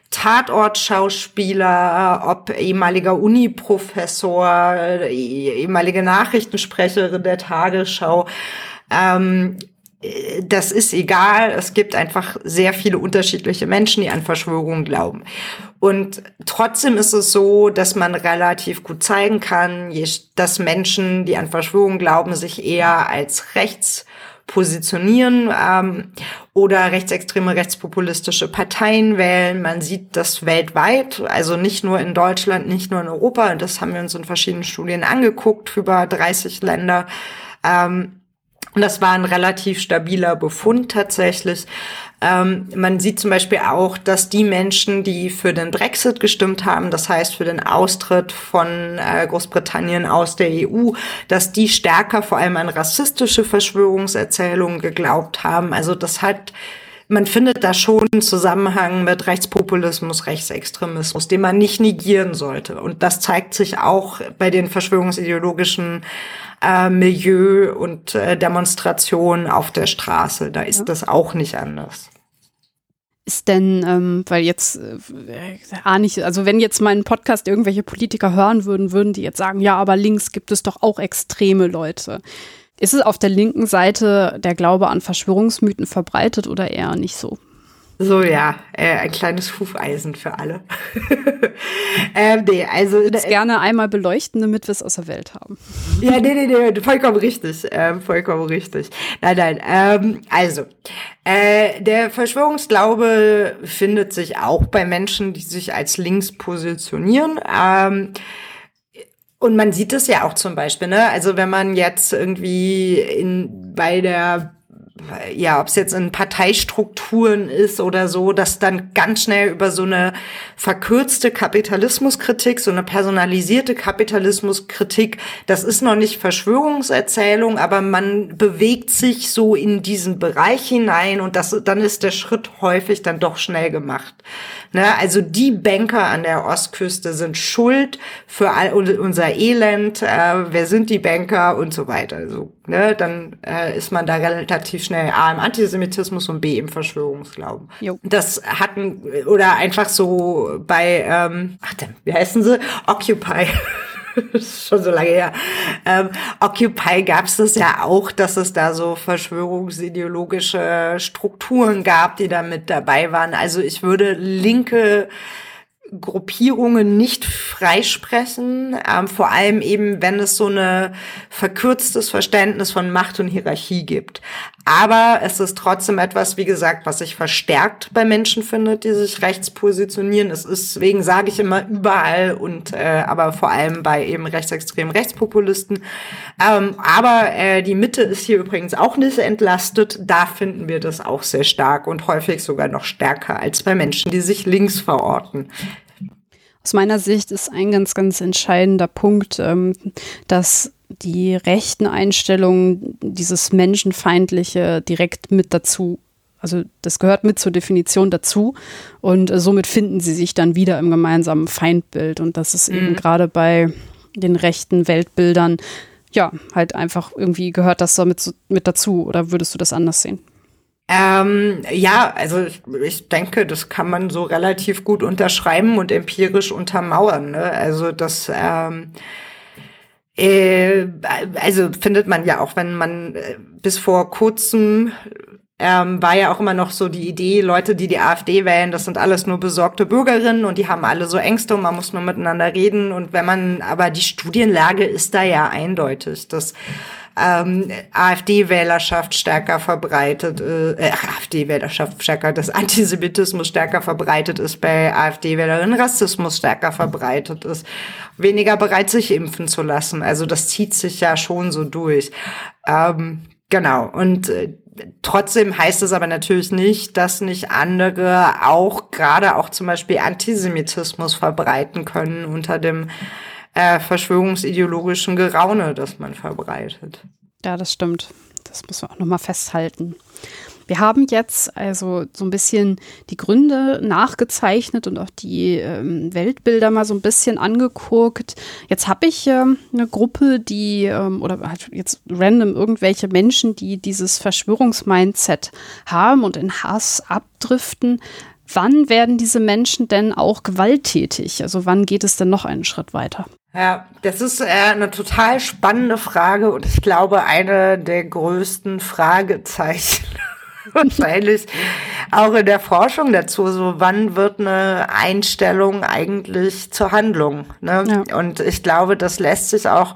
Tatortschauspieler, ob ehemaliger Uni-Professor, ehemalige Nachrichtensprecherin der Tagesschau. Ähm, das ist egal. Es gibt einfach sehr viele unterschiedliche Menschen, die an Verschwörungen glauben. Und trotzdem ist es so, dass man relativ gut zeigen kann, dass Menschen, die an Verschwörungen glauben, sich eher als rechts positionieren ähm, oder rechtsextreme, rechtspopulistische Parteien wählen. Man sieht das weltweit, also nicht nur in Deutschland, nicht nur in Europa. Das haben wir uns in verschiedenen Studien angeguckt, für über dreißig Länder. Ähm, und das war ein relativ stabiler Befund tatsächlich. Ähm, man sieht zum Beispiel auch, dass die Menschen, die für den Brexit gestimmt haben, das heißt für den Austritt von äh, Großbritannien aus der E U, dass die stärker vor allem an rassistische Verschwörungserzählungen geglaubt haben. Also das hat, man findet da schon einen Zusammenhang mit Rechtspopulismus, Rechtsextremismus, den man nicht negieren sollte. Und das zeigt sich auch bei den verschwörungsideologischen äh, Milieu und äh, Demonstrationen auf der Straße. Da ist ja. das auch nicht anders. Ist denn, ähm, weil jetzt äh, ahne ich, also wenn jetzt meinen Podcast irgendwelche Politiker hören würden, würden die jetzt sagen, ja, aber links gibt es doch auch extreme Leute. Ist es auf der linken Seite der Glaube an Verschwörungsmythen verbreitet oder eher nicht so? So, ja, äh, ein kleines Hufeisen für alle. ähm, nee, also ich würde es äh, gerne einmal beleuchten, damit wir es aus der Welt haben. Ja, nee, nee, nee, vollkommen richtig, ähm, vollkommen richtig. Nein, nein, ähm, also, äh, der Verschwörungsglaube findet sich auch bei Menschen, die sich als links positionieren. Ähm, und man sieht es ja auch zum Beispiel, ne? Also wenn man jetzt irgendwie in bei der ja, ob es jetzt in Parteistrukturen ist oder so, dass dann ganz schnell über so eine verkürzte Kapitalismuskritik, so eine personalisierte Kapitalismuskritik, das ist noch nicht Verschwörungserzählung, aber man bewegt sich so in diesen Bereich hinein und das, dann ist der Schritt häufig dann doch schnell gemacht. Ne? Also die Banker an der Ostküste sind schuld für all unser Elend, äh, wer sind die Banker und so weiter. Also, ne? Dann äh, ist man da relativ schnell A im Antisemitismus und B im Verschwörungsglauben. Jo. Das hatten, oder einfach so bei, ähm, ach, wie heißen sie? Occupy. Das ist schon so lange her. Ähm, Occupy gab es das ja auch, dass es da so verschwörungsideologische Strukturen gab, die da mit dabei waren. Also ich würde linke Gruppierungen nicht freisprechen, ähm, vor allem eben, wenn es so eine verkürztes Verständnis von Macht und Hierarchie gibt. Aber es ist trotzdem etwas, wie gesagt, was sich verstärkt bei Menschen findet, die sich rechts positionieren. Es ist, deswegen sage ich immer überall und äh, aber vor allem bei eben rechtsextremen Rechtspopulisten. Ähm, aber äh, die Mitte ist hier übrigens auch nicht entlastet. Da finden wir das auch sehr stark und häufig sogar noch stärker als bei Menschen, die sich links verorten. Aus meiner Sicht ist ein ganz, ganz entscheidender Punkt, ähm, dass die rechten Einstellungen, dieses Menschenfeindliche direkt mit dazu, also das gehört mit zur Definition dazu und äh, somit finden sie sich dann wieder im gemeinsamen Feindbild und das ist mhm. eben gerade bei den rechten Weltbildern, ja, halt einfach irgendwie gehört das damit mit dazu oder würdest du das anders sehen? Ähm, ja, also ich, ich denke, das kann man so relativ gut unterschreiben und empirisch untermauern. Ne? Also das, ähm, äh, also findet man ja auch, wenn man äh, bis vor kurzem ähm, war ja auch immer noch so die Idee, Leute, die die AfD wählen, das sind alles nur besorgte Bürgerinnen und die haben alle so Ängste und man muss nur miteinander reden. Und wenn man, aber die Studienlage ist da ja eindeutig, dass Ähm, AfD-Wählerschaft stärker verbreitet, äh, AfD-Wählerschaft stärker, dass Antisemitismus stärker verbreitet ist bei AfD-Wählerinnen, Rassismus stärker verbreitet ist, weniger bereit, sich impfen zu lassen. Also das zieht sich ja schon so durch. Ähm, genau. Und äh, trotzdem heißt es aber natürlich nicht, dass nicht andere auch, gerade auch zum Beispiel Antisemitismus verbreiten können unter dem Äh, verschwörungsideologischen Geraune, das man verbreitet. Ja, das stimmt. Das muss man auch nochmal festhalten. Wir haben jetzt also so ein bisschen die Gründe nachgezeichnet und auch die ähm, Weltbilder mal so ein bisschen angeguckt. Jetzt habe ich ähm, eine Gruppe, die, ähm, oder halt jetzt random irgendwelche Menschen, die dieses Verschwörungsmindset haben und in Hass abdriften. Wann werden diese Menschen denn auch gewalttätig? Also wann geht es denn noch einen Schritt weiter? Ja, das ist äh, eine total spannende Frage und ich glaube, eine der größten Fragezeichen wahrscheinlich auch in der Forschung dazu. So, wann wird eine Einstellung eigentlich zur Handlung? Ne? Ja. Und ich glaube, das lässt sich auch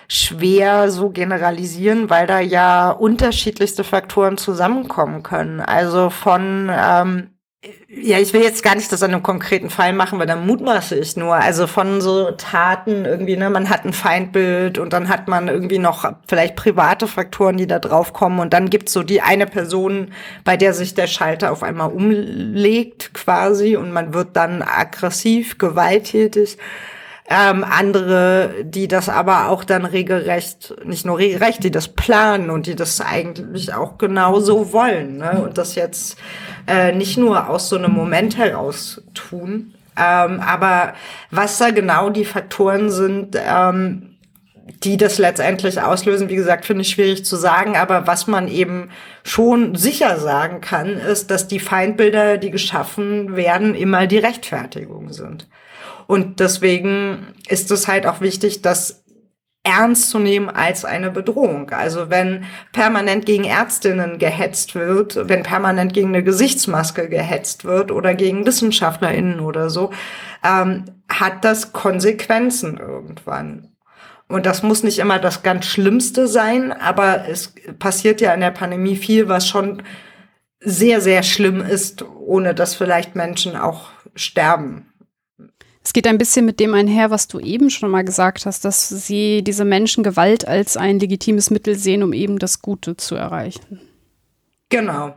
schwer so generalisieren, weil da ja unterschiedlichste Faktoren zusammenkommen können. Also von ähm, ja, ich will jetzt gar nicht das an einem konkreten Fall machen, weil dann mutmaße ich nur. Also von so Taten irgendwie, ne, man hat ein Feindbild und dann hat man irgendwie noch vielleicht private Faktoren, die da drauf kommen und dann gibt's so die eine Person, bei der sich der Schalter auf einmal umlegt quasi und man wird dann aggressiv, gewalttätig. Ähm, andere, die das aber auch dann regelrecht, nicht nur regelrecht, die das planen und die das eigentlich auch genau so wollen, ne? Und das jetzt äh, nicht nur aus so einem Moment heraus tun. Ähm, aber was da genau die Faktoren sind, ähm, die das letztendlich auslösen, wie gesagt, finde ich schwierig zu sagen. Aber was man eben schon sicher sagen kann, ist, dass die Feindbilder, die geschaffen werden, immer die Rechtfertigung sind. Und deswegen ist es halt auch wichtig, das ernst zu nehmen als eine Bedrohung. Also wenn permanent gegen Ärztinnen gehetzt wird, wenn permanent gegen eine Gesichtsmaske gehetzt wird oder gegen WissenschaftlerInnen oder so, ähm, hat das Konsequenzen irgendwann. Und das muss nicht immer das ganz Schlimmste sein, aber es passiert ja in der Pandemie viel, was schon sehr, sehr schlimm ist, ohne dass vielleicht Menschen auch sterben. Es geht ein bisschen mit dem einher, was du eben schon mal gesagt hast, dass sie diese Menschen Gewalt als ein legitimes Mittel sehen, um eben das Gute zu erreichen. Genau.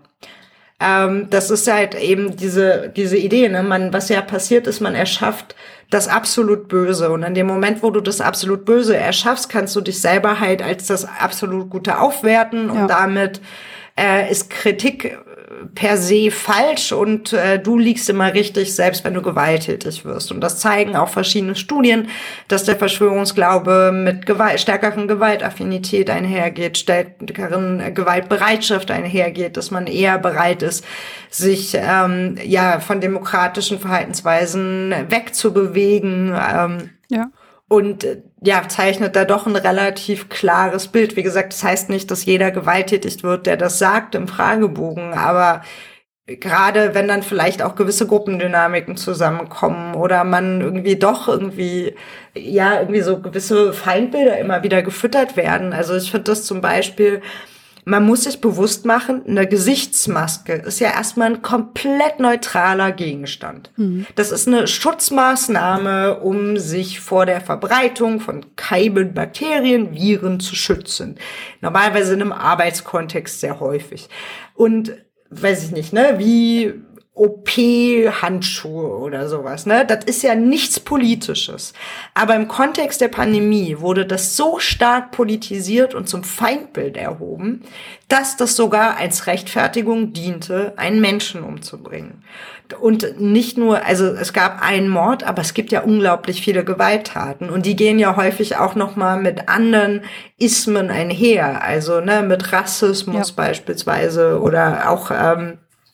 Ähm, das ist halt eben diese diese Idee, ne? Man, was ja passiert ist, man erschafft das absolut Böse. Und in dem Moment, wo du das absolut Böse erschaffst, kannst du dich selber halt als das absolut Gute aufwerten. Und ja. damit äh, ist Kritik per se falsch und äh, du liegst immer richtig, selbst wenn du gewalttätig wirst. Und das zeigen auch verschiedene Studien, dass der Verschwörungsglaube mit Gewalt, stärkeren Gewaltaffinität einhergeht, stärkeren Gewaltbereitschaft einhergeht, dass man eher bereit ist, sich ähm, ja von demokratischen Verhaltensweisen wegzubewegen. Ähm, ja. Und ja, zeichnet da doch ein relativ klares Bild. Wie gesagt, das heißt nicht, dass jeder gewalttätig wird, der das sagt im Fragebogen, aber gerade wenn dann vielleicht auch gewisse Gruppendynamiken zusammenkommen oder man irgendwie doch irgendwie, ja, irgendwie so gewisse Feindbilder immer wieder gefüttert werden. Also ich finde das zum Beispiel, man muss sich bewusst machen, eine Gesichtsmaske ist ja erstmal ein komplett neutraler Gegenstand. Mhm. Das ist eine Schutzmaßnahme, um sich vor der Verbreitung von Keimen, Bakterien, Viren zu schützen. Normalerweise in einem Arbeitskontext sehr häufig. Und weiß ich nicht, ne, wie O P-Handschuhe oder sowas, ne? Das ist ja nichts Politisches. Aber im Kontext der Pandemie wurde das so stark politisiert und zum Feindbild erhoben, dass das sogar als Rechtfertigung diente, einen Menschen umzubringen. Und nicht nur, also es gab einen Mord, aber es gibt ja unglaublich viele Gewalttaten. Und die gehen ja häufig auch noch mal mit anderen Ismen einher. Also ne, mit Rassismus ja. beispielsweise oder auch ähm,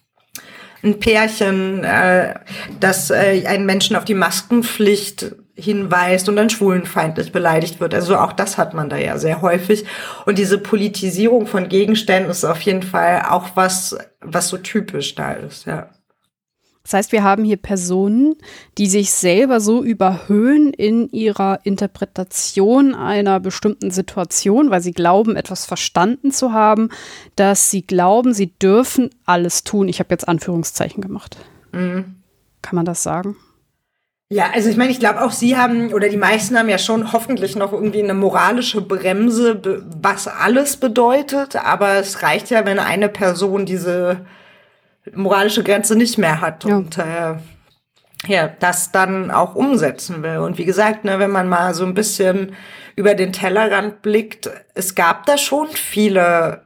ein Pärchen, äh, das äh, einen Menschen auf die Maskenpflicht hinweist und dann schwulenfeindlich beleidigt wird. Also auch das hat man da ja sehr häufig. Und diese Politisierung von Gegenständen ist auf jeden Fall auch was, was so typisch da ist, ja. Das heißt, wir haben hier Personen, die sich selber so überhöhen in ihrer Interpretation einer bestimmten Situation, weil sie glauben, etwas verstanden zu haben, dass sie glauben, sie dürfen alles tun. Ich habe jetzt Anführungszeichen gemacht. Mhm. Kann man das sagen? Ja, also ich meine, ich glaube auch Sie haben, oder die meisten haben ja schon hoffentlich noch irgendwie eine moralische Bremse, was alles bedeutet. Aber es reicht ja, wenn eine Person diese moralische Grenze nicht mehr hat ja. und äh, ja, das dann auch umsetzen will. Und wie gesagt, ne, wenn man mal so ein bisschen über den Tellerrand blickt, es gab da schon viele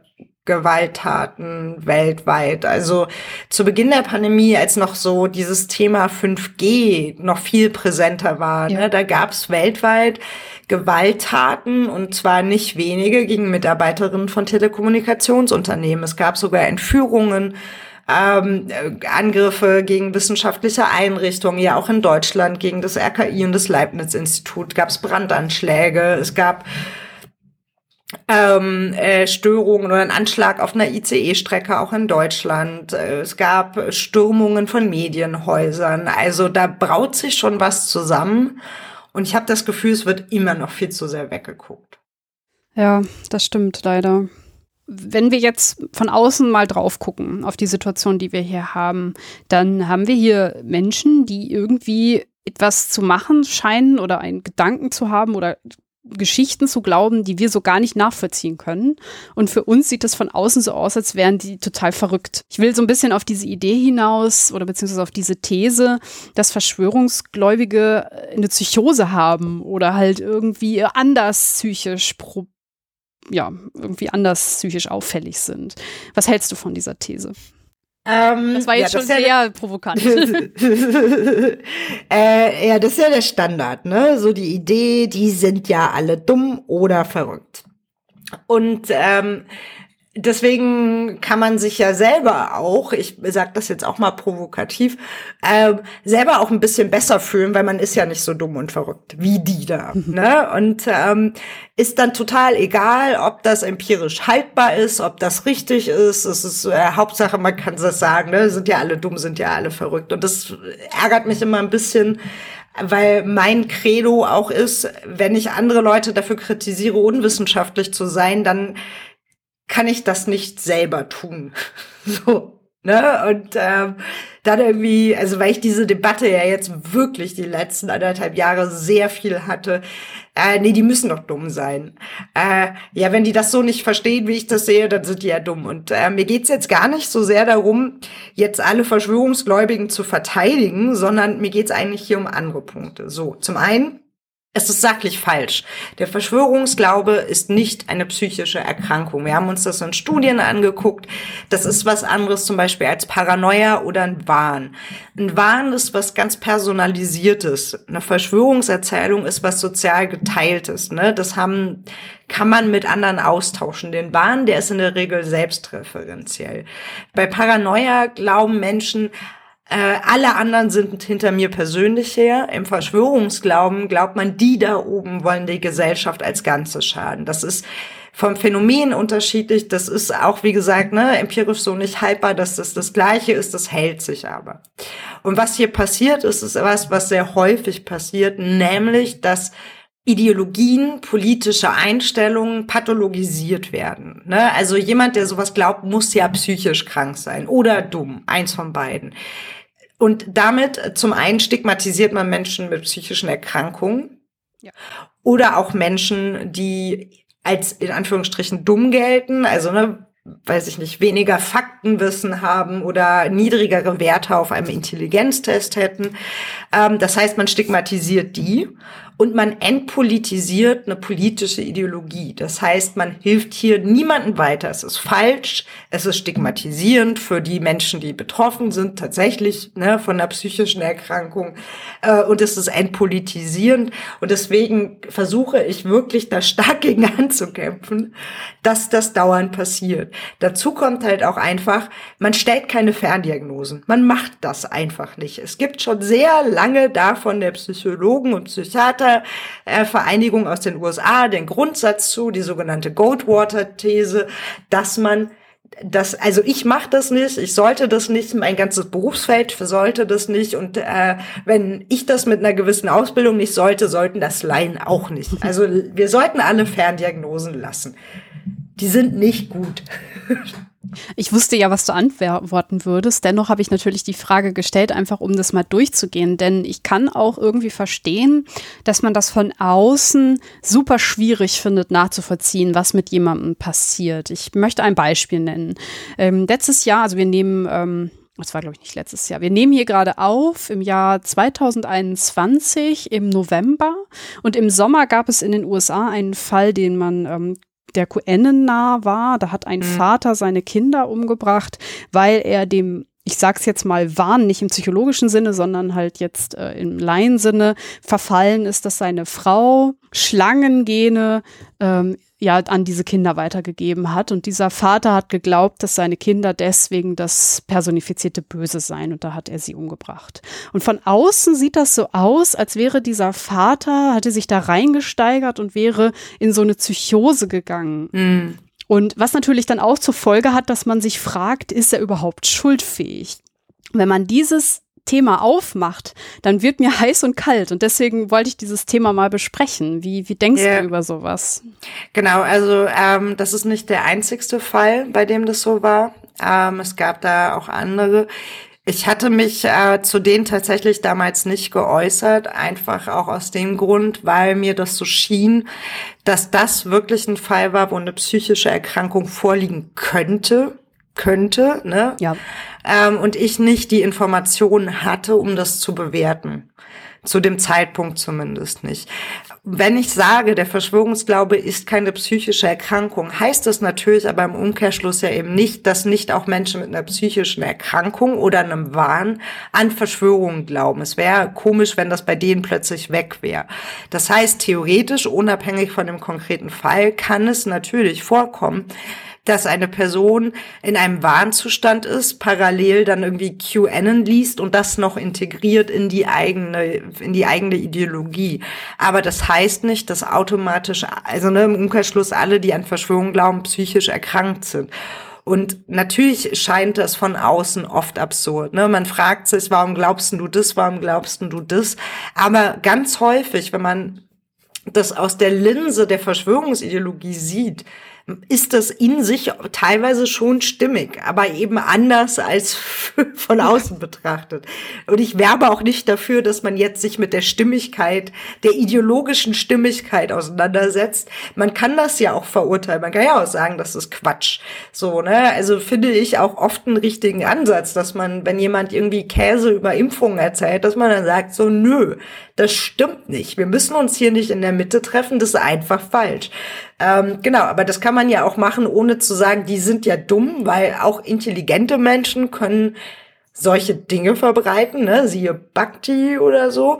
Gewalttaten weltweit. Also zu Beginn der Pandemie, als noch so dieses Thema fünf G noch viel präsenter war, ja. ne, da gab es weltweit Gewalttaten und zwar nicht wenige gegen Mitarbeiterinnen von Telekommunikationsunternehmen. Es gab sogar Entführungen, Ähm, Angriffe gegen wissenschaftliche Einrichtungen, ja auch in Deutschland gegen das R K I und das Leibniz-Institut gab es Brandanschläge, es gab ähm, äh, Störungen oder einen Anschlag auf einer I C E-Strecke auch in Deutschland, es gab Stürmungen von Medienhäusern, also da braut sich schon was zusammen und ich habe das Gefühl, es wird immer noch viel zu sehr weggeguckt. Ja, das stimmt leider. Wenn wir jetzt von außen mal drauf gucken, auf die Situation, die wir hier haben, dann haben wir hier Menschen, die irgendwie etwas zu machen scheinen oder einen Gedanken zu haben oder Geschichten zu glauben, die wir so gar nicht nachvollziehen können. Und für uns sieht es von außen so aus, als wären die total verrückt. Ich will so ein bisschen auf diese Idee hinaus oder beziehungsweise auf diese These, dass Verschwörungsgläubige eine Psychose haben oder halt irgendwie anders psychisch pro ja, irgendwie anders psychisch auffällig sind. Was hältst du von dieser These? Ähm, das war jetzt ja, schon sehr ja provokant. äh, ja, das ist ja der Standard, ne? So die Idee, die sind ja alle dumm oder verrückt. Und ähm, deswegen kann man sich ja selber auch, ich sag das jetzt auch mal provokativ, äh, selber auch ein bisschen besser fühlen, weil man ist ja nicht so dumm und verrückt wie die da. Ne? Und ähm, ist dann total egal, ob das empirisch haltbar ist, ob das richtig ist. Es ist äh, Hauptsache, man kann das sagen, ne? Sind ja alle dumm, sind ja alle verrückt. Und das ärgert mich immer ein bisschen, weil mein Credo auch ist, wenn ich andere Leute dafür kritisiere, unwissenschaftlich zu sein, dann kann ich das nicht selber tun. So, ne? Und ähm, dann irgendwie, also weil ich diese Debatte ja jetzt wirklich die letzten anderthalb Jahre sehr viel hatte, äh, nee, die müssen doch dumm sein. Äh, ja, wenn die das so nicht verstehen, wie ich das sehe, dann sind die ja dumm. Und äh, mir geht's jetzt gar nicht so sehr darum, jetzt alle Verschwörungsgläubigen zu verteidigen, sondern mir geht's eigentlich hier um andere Punkte. So, zum einen, es ist sachlich falsch. Der Verschwörungsglaube ist nicht eine psychische Erkrankung. Wir haben uns das in Studien angeguckt. Das ist was anderes zum Beispiel als Paranoia oder ein Wahn. Ein Wahn ist was ganz Personalisiertes. Eine Verschwörungserzählung ist was sozial Geteiltes. Ne? Das haben, kann man mit anderen austauschen. Den Wahn, der ist in der Regel selbstreferenziell. Bei Paranoia glauben Menschen, Äh, alle anderen sind hinter mir persönlich her. Im Verschwörungsglauben glaubt man, die da oben wollen die Gesellschaft als Ganzes schaden. Das ist vom Phänomen unterschiedlich. Das ist auch, wie gesagt, ne, empirisch so nicht haltbar, dass das das Gleiche ist. Das hält sich aber. Und was hier passiert ist, ist etwas, was sehr häufig passiert, nämlich, dass Ideologien, politische Einstellungen pathologisiert werden. Ne? Also jemand, der sowas glaubt, muss ja psychisch krank sein oder dumm. Eins von beiden. Und damit zum einen stigmatisiert man Menschen mit psychischen Erkrankungen, ja, oder auch Menschen, die als in Anführungsstrichen dumm gelten, also ne, weiß ich nicht, weniger Faktenwissen haben oder niedrigere Werte auf einem Intelligenztest hätten. Ähm, das heißt, man stigmatisiert die und man entpolitisiert eine politische Ideologie. Das heißt, man hilft hier niemandem weiter. Es ist falsch, es ist stigmatisierend für die Menschen, die betroffen sind, tatsächlich ne, von einer psychischen Erkrankung. Äh, und es ist entpolitisierend. Und deswegen versuche ich wirklich da stark gegen anzukämpfen, dass das dauernd passiert. Dazu kommt halt auch einfach, man stellt keine Ferndiagnosen. Man macht das einfach nicht. Es gibt schon sehr lange davon der Psychologen und Psychiater Äh, Vereinigung aus den U S A den Grundsatz zu, die sogenannte Goldwater-These, dass man das, also ich mache das nicht, ich sollte das nicht, mein ganzes Berufsfeld sollte das nicht und äh, wenn ich das mit einer gewissen Ausbildung nicht sollte, sollten das Laien auch nicht. Also wir sollten alle Ferndiagnosen lassen. Die sind nicht gut. Ich wusste ja, was du antworten würdest. Dennoch habe ich natürlich die Frage gestellt, einfach um das mal durchzugehen. Denn ich kann auch irgendwie verstehen, dass man das von außen super schwierig findet, nachzuvollziehen, was mit jemandem passiert. Ich möchte ein Beispiel nennen. Ähm, letztes Jahr, also wir nehmen, ähm, das war glaube ich nicht letztes Jahr, wir nehmen hier gerade auf im Jahr zweitausendeinundzwanzig im November. Und im Sommer gab es in den U S A einen Fall, den man ähm, der QAnon nah war. Da hat ein mhm. Vater seine Kinder umgebracht, weil er dem, ich sag's jetzt mal, Wahn, nicht im psychologischen Sinne, sondern halt jetzt äh, im Laiensinne verfallen ist, dass seine Frau Schlangengene ähm, ja an diese Kinder weitergegeben hat. Und dieser Vater hat geglaubt, dass seine Kinder deswegen das personifizierte Böse seien. Und da hat er sie umgebracht. Und von außen sieht das so aus, als wäre dieser Vater, hatte sich da reingesteigert und wäre in so eine Psychose gegangen. Mhm. Und was natürlich dann auch zur Folge hat, dass man sich fragt, ist er überhaupt schuldfähig? Wenn man dieses Thema aufmacht, dann wird mir heiß und kalt. Und deswegen wollte ich dieses Thema mal besprechen. Wie, wie denkst yeah. du über sowas? Genau, also ähm, das ist nicht der einzigste Fall, bei dem das so war. Ähm, es gab da auch andere. Ich hatte mich äh, zu denen tatsächlich damals nicht geäußert, einfach auch aus dem Grund, weil mir das so schien, dass das wirklich ein Fall war, wo eine psychische Erkrankung vorliegen könnte. könnte, ne? Ja. Ähm, und ich nicht die Informationen hatte, um das zu bewerten. Zu dem Zeitpunkt zumindest nicht. Wenn ich sage, der Verschwörungsglaube ist keine psychische Erkrankung, heißt das natürlich aber im Umkehrschluss ja eben nicht, dass nicht auch Menschen mit einer psychischen Erkrankung oder einem Wahn an Verschwörungen glauben. Es wäre komisch, wenn das bei denen plötzlich weg wäre. Das heißt, theoretisch, unabhängig von dem konkreten Fall, kann es natürlich vorkommen, dass eine Person in einem Wahnzustand ist, parallel dann irgendwie QAnon liest und das noch integriert in die eigene, in die eigene Ideologie. Aber das heißt nicht, dass automatisch, also ne, im Umkehrschluss alle, die an Verschwörung glauben, psychisch erkrankt sind. Und natürlich scheint das von außen oft absurd. Ne? Man fragt sich, warum glaubst du das, warum glaubst du das? Aber ganz häufig, wenn man das aus der Linse der Verschwörungsideologie sieht, ist das in sich teilweise schon stimmig, aber eben anders als von außen betrachtet. Und ich werbe auch nicht dafür, dass man jetzt sich mit der Stimmigkeit, der ideologischen Stimmigkeit auseinandersetzt. Man kann das ja auch verurteilen. Man kann ja auch sagen, das ist Quatsch. So, ne? Also finde ich auch oft einen richtigen Ansatz, dass man, wenn jemand irgendwie Käse über Impfungen erzählt, dass man dann sagt so, nö, das stimmt nicht. Wir müssen uns hier nicht in der Mitte treffen. Das ist einfach falsch. Ähm, genau, aber das kann man ja auch machen, ohne zu sagen, die sind ja dumm, weil auch intelligente Menschen können solche Dinge verbreiten, ne? Siehe Bhakti oder so.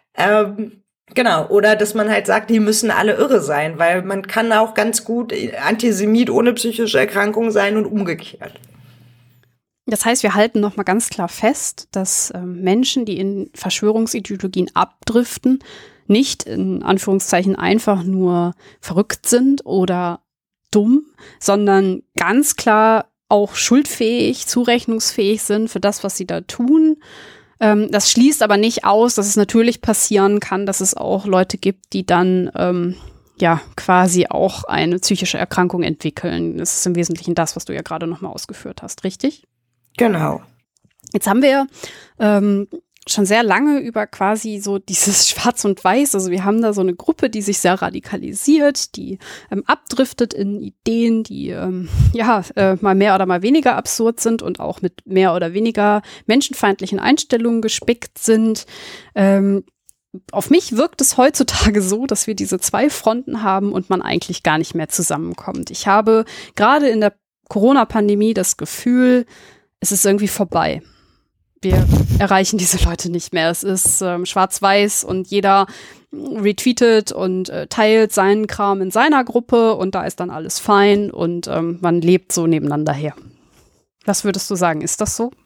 Ähm, genau, oder dass man halt sagt, die müssen alle irre sein, weil man kann auch ganz gut Antisemit ohne psychische Erkrankung sein und umgekehrt. Das heißt, wir halten nochmal ganz klar fest, dass ähm, Menschen, die in Verschwörungsideologien abdriften, nicht in Anführungszeichen einfach nur verrückt sind oder dumm, sondern ganz klar auch schuldfähig, zurechnungsfähig sind für das, was sie da tun. Ähm, das schließt aber nicht aus, dass es natürlich passieren kann, dass es auch Leute gibt, die dann ähm, ja quasi auch eine psychische Erkrankung entwickeln. Das ist im Wesentlichen das, was du ja gerade nochmal ausgeführt hast, richtig? Genau. Jetzt haben wir ähm, schon sehr lange über quasi so dieses Schwarz und Weiß, also wir haben da so eine Gruppe, die sich sehr radikalisiert, die ähm, abdriftet in Ideen, die ähm, ja äh, mal mehr oder mal weniger absurd sind und auch mit mehr oder weniger menschenfeindlichen Einstellungen gespickt sind. Ähm, Auf mich wirkt es heutzutage so, dass wir diese zwei Fronten haben und man eigentlich gar nicht mehr zusammenkommt. Ich habe gerade in der Corona-Pandemie das Gefühl, es ist irgendwie vorbei. Wir erreichen diese Leute nicht mehr. Es ist ähm, schwarz-weiß und jeder retweetet und äh, teilt seinen Kram in seiner Gruppe und da ist dann alles fein und ähm, man lebt so nebeneinander her. Was würdest du sagen? Ist das so?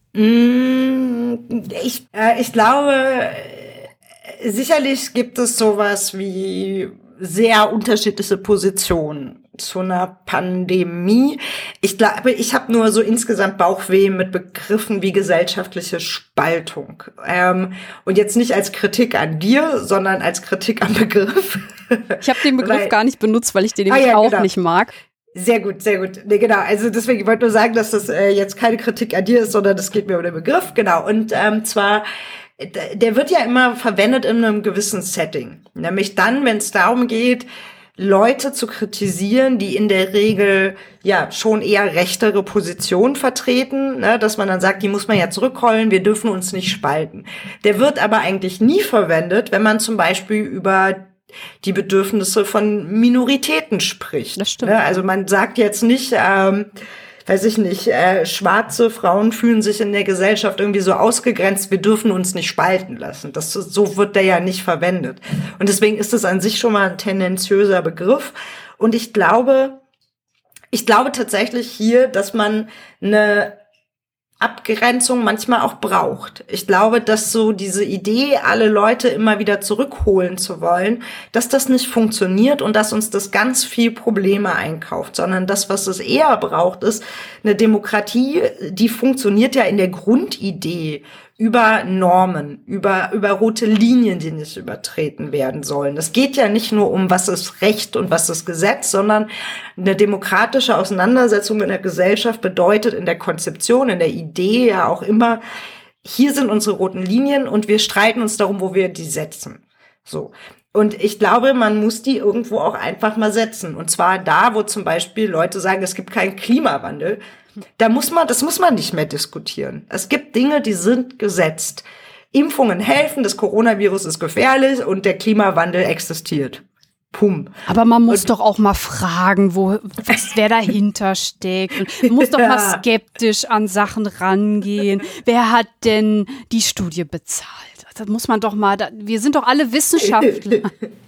Ich, äh, ich glaube, sicherlich gibt es sowas wie sehr unterschiedliche Positionen zu einer Pandemie. Ich glaube, ich habe nur so insgesamt Bauchweh mit Begriffen wie gesellschaftliche Spaltung. Ähm, und jetzt nicht als Kritik an dir, sondern als Kritik am Begriff. Ich habe den Begriff weil, gar nicht benutzt, weil ich den nämlich ah ja, auch genau. nicht mag. Sehr gut, sehr gut. Nee, genau. Also deswegen, ich wollte nur sagen, dass das äh, jetzt keine Kritik an dir ist, sondern es geht mir um den Begriff. Genau. Und ähm, zwar, der wird ja immer verwendet in einem gewissen Setting. Nämlich dann, wenn es darum geht, Leute zu kritisieren, die in der Regel ja schon eher rechtere Positionen vertreten, ne, dass man dann sagt, die muss man ja zurückrollen, wir dürfen uns nicht spalten. Der wird aber eigentlich nie verwendet, wenn man zum Beispiel über die Bedürfnisse von Minoritäten spricht. Das stimmt. Ne, also man sagt jetzt nicht, ähm, weiß ich nicht, äh, schwarze Frauen fühlen sich in der Gesellschaft irgendwie so ausgegrenzt, wir dürfen uns nicht spalten lassen. Das, so wird der ja nicht verwendet. Und deswegen ist es an sich schon mal ein tendenziöser Begriff. Und ich glaube, ich glaube tatsächlich hier, dass man eine Abgrenzung manchmal auch braucht. Ich glaube, dass so diese Idee, alle Leute immer wieder zurückholen zu wollen, dass das nicht funktioniert und dass uns das ganz viel Probleme einkauft, sondern das, was es eher braucht, ist eine Demokratie, die funktioniert ja in der Grundidee über Normen, über, über rote Linien, die nicht übertreten werden sollen. Es geht ja nicht nur um, was ist Recht und was ist Gesetz, sondern eine demokratische Auseinandersetzung in der Gesellschaft bedeutet in der Konzeption, in der Idee ja auch immer, hier sind unsere roten Linien und wir streiten uns darum, wo wir die setzen. So. Und ich glaube, man muss die irgendwo auch einfach mal setzen. Und zwar da, wo zum Beispiel Leute sagen, es gibt keinen Klimawandel. Da muss man, das muss man nicht mehr diskutieren. Es gibt Dinge, die sind gesetzt. Impfungen helfen, das Coronavirus ist gefährlich und der Klimawandel existiert. Pum. Aber man muss und, doch auch mal fragen, wo, was, wer dahinter steckt. Und man muss doch ja. mal skeptisch an Sachen rangehen. Wer hat denn die Studie bezahlt? Das muss man doch mal, da, wir sind doch alle Wissenschaftler.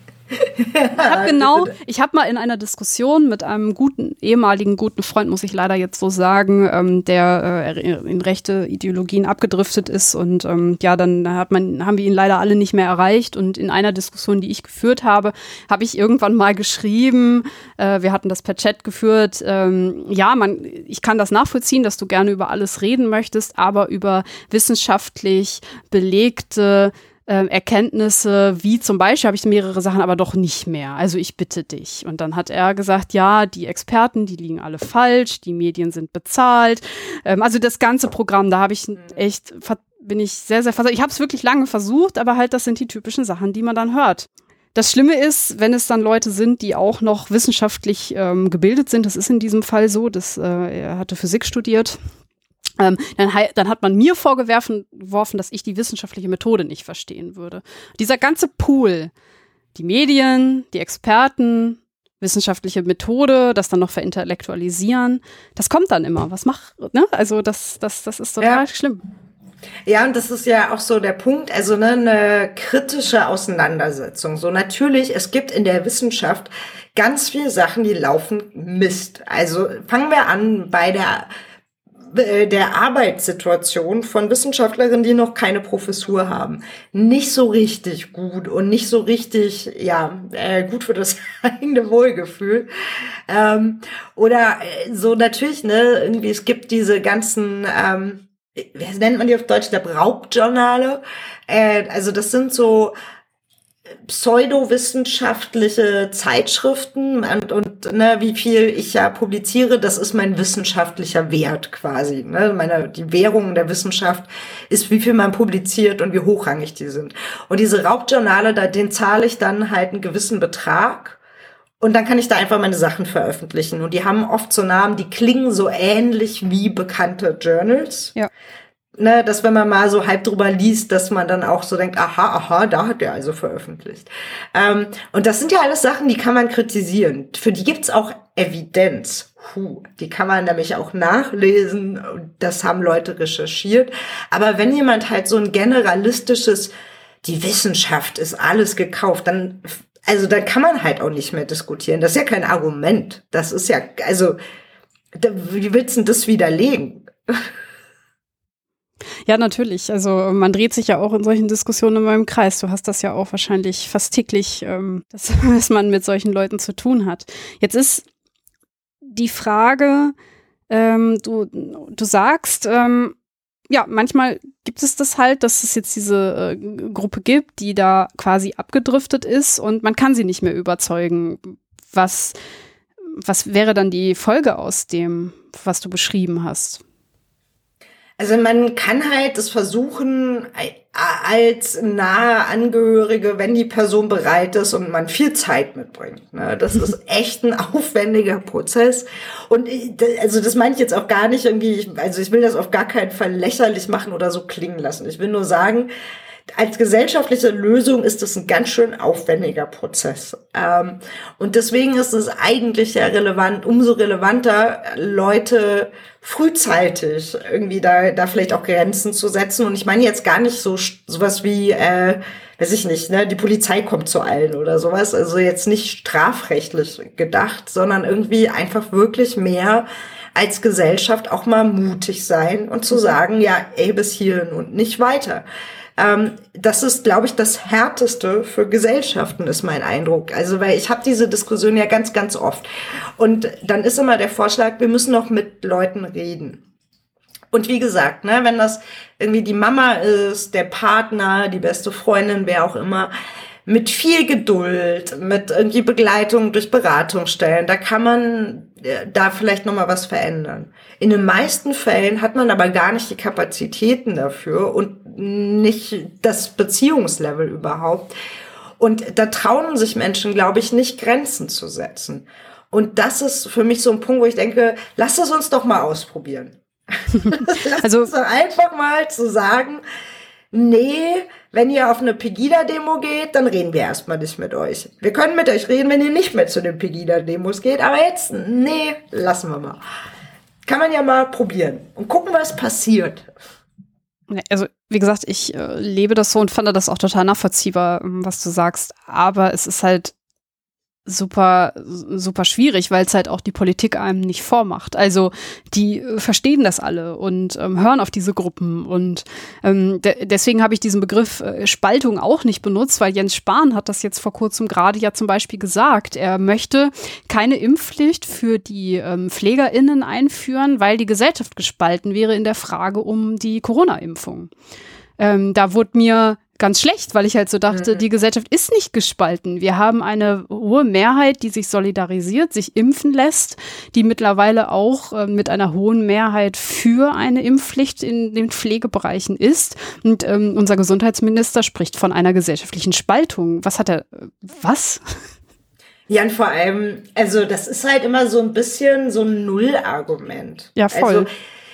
Ich habe genau, ich habe mal in einer Diskussion mit einem guten, ehemaligen guten Freund, muss ich leider jetzt so sagen, ähm, der äh, in rechte Ideologien abgedriftet ist und ähm, ja, dann hat man, haben wir ihn leider alle nicht mehr erreicht und in einer Diskussion, die ich geführt habe, habe ich irgendwann mal geschrieben, äh, wir hatten das per Chat geführt, ähm, ja, man, ich kann das nachvollziehen, dass du gerne über alles reden möchtest, aber über wissenschaftlich belegte Ähm, Erkenntnisse, wie zum Beispiel, habe ich mehrere Sachen, aber doch nicht mehr. Also ich bitte dich. Und dann hat er gesagt, ja, die Experten, die liegen alle falsch, die Medien sind bezahlt. Ähm, also das ganze Programm, da habe ich echt, bin ich sehr, sehr versagt. Ich habe es wirklich lange versucht, aber halt, das sind die typischen Sachen, die man dann hört. Das Schlimme ist, wenn es dann Leute sind, die auch noch wissenschaftlich ähm, gebildet sind, das ist in diesem Fall so, dass, äh, er hatte Physik studiert, Ähm, dann, dann hat man mir vorgeworfen, dass ich die wissenschaftliche Methode nicht verstehen würde. Dieser ganze Pool, die Medien, die Experten, wissenschaftliche Methode, das dann noch verintellektualisieren, das kommt dann immer. Was macht, ne? Also das, das, das ist total ja. schlimm. Ja, und das ist ja auch so der Punkt, also ne, eine kritische Auseinandersetzung. So natürlich, es gibt in der Wissenschaft ganz viele Sachen, die laufen Mist. Also fangen wir an bei der äh, der Arbeitssituation von Wissenschaftlerinnen, die noch keine Professur haben, nicht so richtig gut und nicht so richtig, ja, äh, gut für das eigene Wohlgefühl. Ähm, oder äh, so natürlich, ne, irgendwie, es gibt diese ganzen, ähm, wie nennt man die auf Deutsch, der Raubjournale. Äh, also das sind so pseudowissenschaftliche Zeitschriften und, und ne, wie viel ich ja publiziere, das ist mein wissenschaftlicher Wert quasi. Ne? Meine, die Währung der Wissenschaft ist, wie viel man publiziert und wie hochrangig die sind. Und diese Raubjournale, da, den zahle ich dann halt einen gewissen Betrag und dann kann ich da einfach meine Sachen veröffentlichen. Und die haben oft so Namen, die klingen so ähnlich wie bekannte Journals. Ja. Ne, dass wenn man mal so halb drüber liest, dass man dann auch so denkt, aha, aha, da hat der also veröffentlicht. Ähm, und das sind ja alles Sachen, die kann man kritisieren. Für die gibt's auch Evidenz. Huh, die kann man nämlich auch nachlesen. Das haben Leute recherchiert. Aber wenn jemand halt so ein generalistisches, die Wissenschaft ist alles gekauft, dann, also dann kann man halt auch nicht mehr diskutieren. Das ist ja kein Argument. Das ist ja, also, wie willst du denn das widerlegen? Ja, natürlich. Also man dreht sich ja auch in solchen Diskussionen immer im Kreis. Du hast das ja auch wahrscheinlich fast täglich, ähm, dass, dass man mit solchen Leuten zu tun hat. Jetzt ist die Frage, ähm, du, du sagst, ähm, ja, manchmal gibt es das halt, dass es jetzt diese äh, Gruppe gibt, die da quasi abgedriftet ist und man kann sie nicht mehr überzeugen. Was, was wäre dann die Folge aus dem, was du beschrieben hast? Also man kann halt das versuchen, als nahe Angehörige, wenn die Person bereit ist und man viel Zeit mitbringt. Ne? Das ist echt ein aufwendiger Prozess. Und ich, also das meine ich jetzt auch gar nicht irgendwie, also ich will das auf gar keinen Fall lächerlich machen oder so klingen lassen. Ich will nur sagen, als gesellschaftliche Lösung ist das ein ganz schön aufwendiger Prozess. Ähm, und deswegen ist es eigentlich ja relevant, umso relevanter, Leute frühzeitig irgendwie da, da vielleicht auch Grenzen zu setzen. Und ich meine jetzt gar nicht so sowas wie, äh, weiß ich nicht, ne, die Polizei kommt zu allen oder sowas. Also jetzt nicht strafrechtlich gedacht, sondern irgendwie einfach wirklich mehr als Gesellschaft auch mal mutig sein und zu sagen, ja, ey, bis hierhin und nicht weiter. Ähm, das ist, glaube ich, das Härteste für Gesellschaften, ist mein Eindruck. Also, weil ich habe diese Diskussion ja ganz, ganz oft. Und dann ist immer der Vorschlag, wir müssen noch mit Leuten reden. Und wie gesagt, ne, wenn das irgendwie die Mama ist, der Partner, die beste Freundin, wer auch immer, mit viel Geduld, mit irgendwie Begleitung durch Beratungsstellen, da kann man äh, da vielleicht noch mal was verändern. In den meisten Fällen hat man aber gar nicht die Kapazitäten dafür und nicht das Beziehungslevel überhaupt. Und da trauen sich Menschen, glaube ich, nicht Grenzen zu setzen. Und das ist für mich so ein Punkt, wo ich denke, lasst es uns doch mal ausprobieren. Lasst also uns doch einfach mal zu sagen, nee, wenn ihr auf eine Pegida-Demo geht, dann reden wir erstmal nicht mit euch. Wir können mit euch reden, wenn ihr nicht mehr zu den Pegida-Demos geht, aber jetzt, nee, lassen wir mal. Kann man ja mal probieren und gucken, was passiert. Also, wie gesagt, ich äh, lebe das so und fand das auch total nachvollziehbar, was du sagst, aber es ist halt super, super schwierig, weil es halt auch die Politik einem nicht vormacht. Also die äh, verstehen das alle und ähm, hören auf diese Gruppen und ähm, de- deswegen habe ich diesen Begriff äh, Spaltung auch nicht benutzt, weil Jens Spahn hat das jetzt vor kurzem gerade ja zum Beispiel gesagt. Er möchte keine Impfpflicht für die ähm, PflegerInnen einführen, weil die Gesellschaft gespalten wäre in der Frage um die Corona-Impfung. Ähm, da wurde mir ganz schlecht, weil ich halt so dachte, mhm. die Gesellschaft ist nicht gespalten. Wir haben eine hohe Mehrheit, die sich solidarisiert, sich impfen lässt, die mittlerweile auch äh, mit einer hohen Mehrheit für eine Impfpflicht in den Pflegebereichen ist. Und ähm, unser Gesundheitsminister spricht von einer gesellschaftlichen Spaltung. Was hat er, was? Ja, und vor allem, also das ist halt immer so ein bisschen so ein Nullargument. Ja, voll. Also,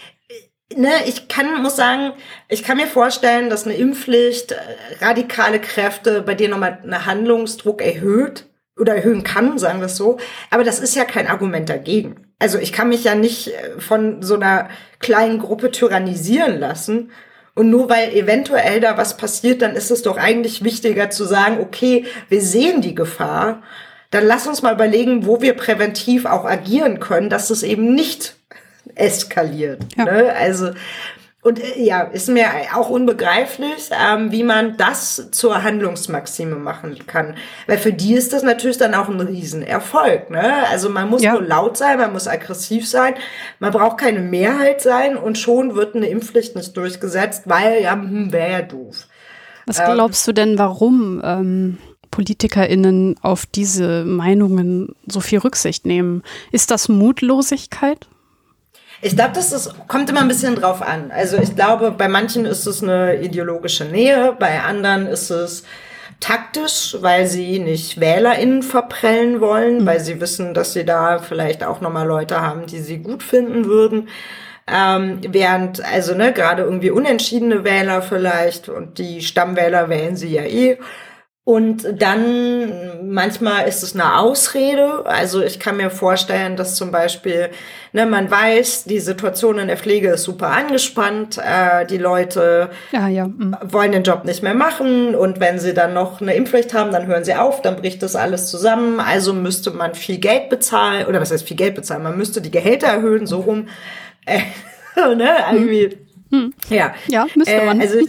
Ne, ich kann, muss sagen, ich kann mir vorstellen, dass eine Impfpflicht radikale Kräfte bei denen nochmal einen Handlungsdruck erhöht oder erhöhen kann, sagen wir es so. Aber das ist ja kein Argument dagegen. Also ich kann mich ja nicht von so einer kleinen Gruppe tyrannisieren lassen. Und nur weil eventuell da was passiert, dann ist es doch eigentlich wichtiger zu sagen, okay, wir sehen die Gefahr. Dann lass uns mal überlegen, wo wir präventiv auch agieren können, dass es eben nicht eskaliert. Ja. Ne? Also, und äh, ja, ist mir auch unbegreiflich, ähm, wie man das zur Handlungsmaxime machen kann. Weil für die ist das natürlich dann auch ein Riesenerfolg. Ne? Also man muss ja. nur laut sein, man muss aggressiv sein, man braucht keine Mehrheit sein und schon wird eine Impfpflicht nicht durchgesetzt, weil ja, hm, wäre ja doof. Was glaubst ähm, du denn, warum ähm, PolitikerInnen auf diese Meinungen so viel Rücksicht nehmen? Ist das Mutlosigkeit? Ich glaube, das ist, kommt immer ein bisschen drauf an. Also ich glaube, bei manchen ist es eine ideologische Nähe, bei anderen ist es taktisch, weil sie nicht WählerInnen verprellen wollen, mhm. weil sie wissen, dass sie da vielleicht auch nochmal Leute haben, die sie gut finden würden. Ähm, während, also ne, gerade irgendwie unentschiedene Wähler vielleicht und die Stammwähler wählen sie ja eh. Und dann manchmal ist es eine Ausrede. Also ich kann mir vorstellen, dass zum Beispiel, ne, man weiß, die Situation in der Pflege ist super angespannt, äh, die Leute ja, ja. Mhm. wollen den Job nicht mehr machen und wenn sie dann noch eine Impfpflicht haben, dann hören sie auf, dann bricht das alles zusammen. Also müsste man viel Geld bezahlen, oder was heißt viel Geld bezahlen? Man müsste die Gehälter erhöhen, so rum. Äh, ne, irgendwie, hm. ja. Ja, müsste man. Äh, also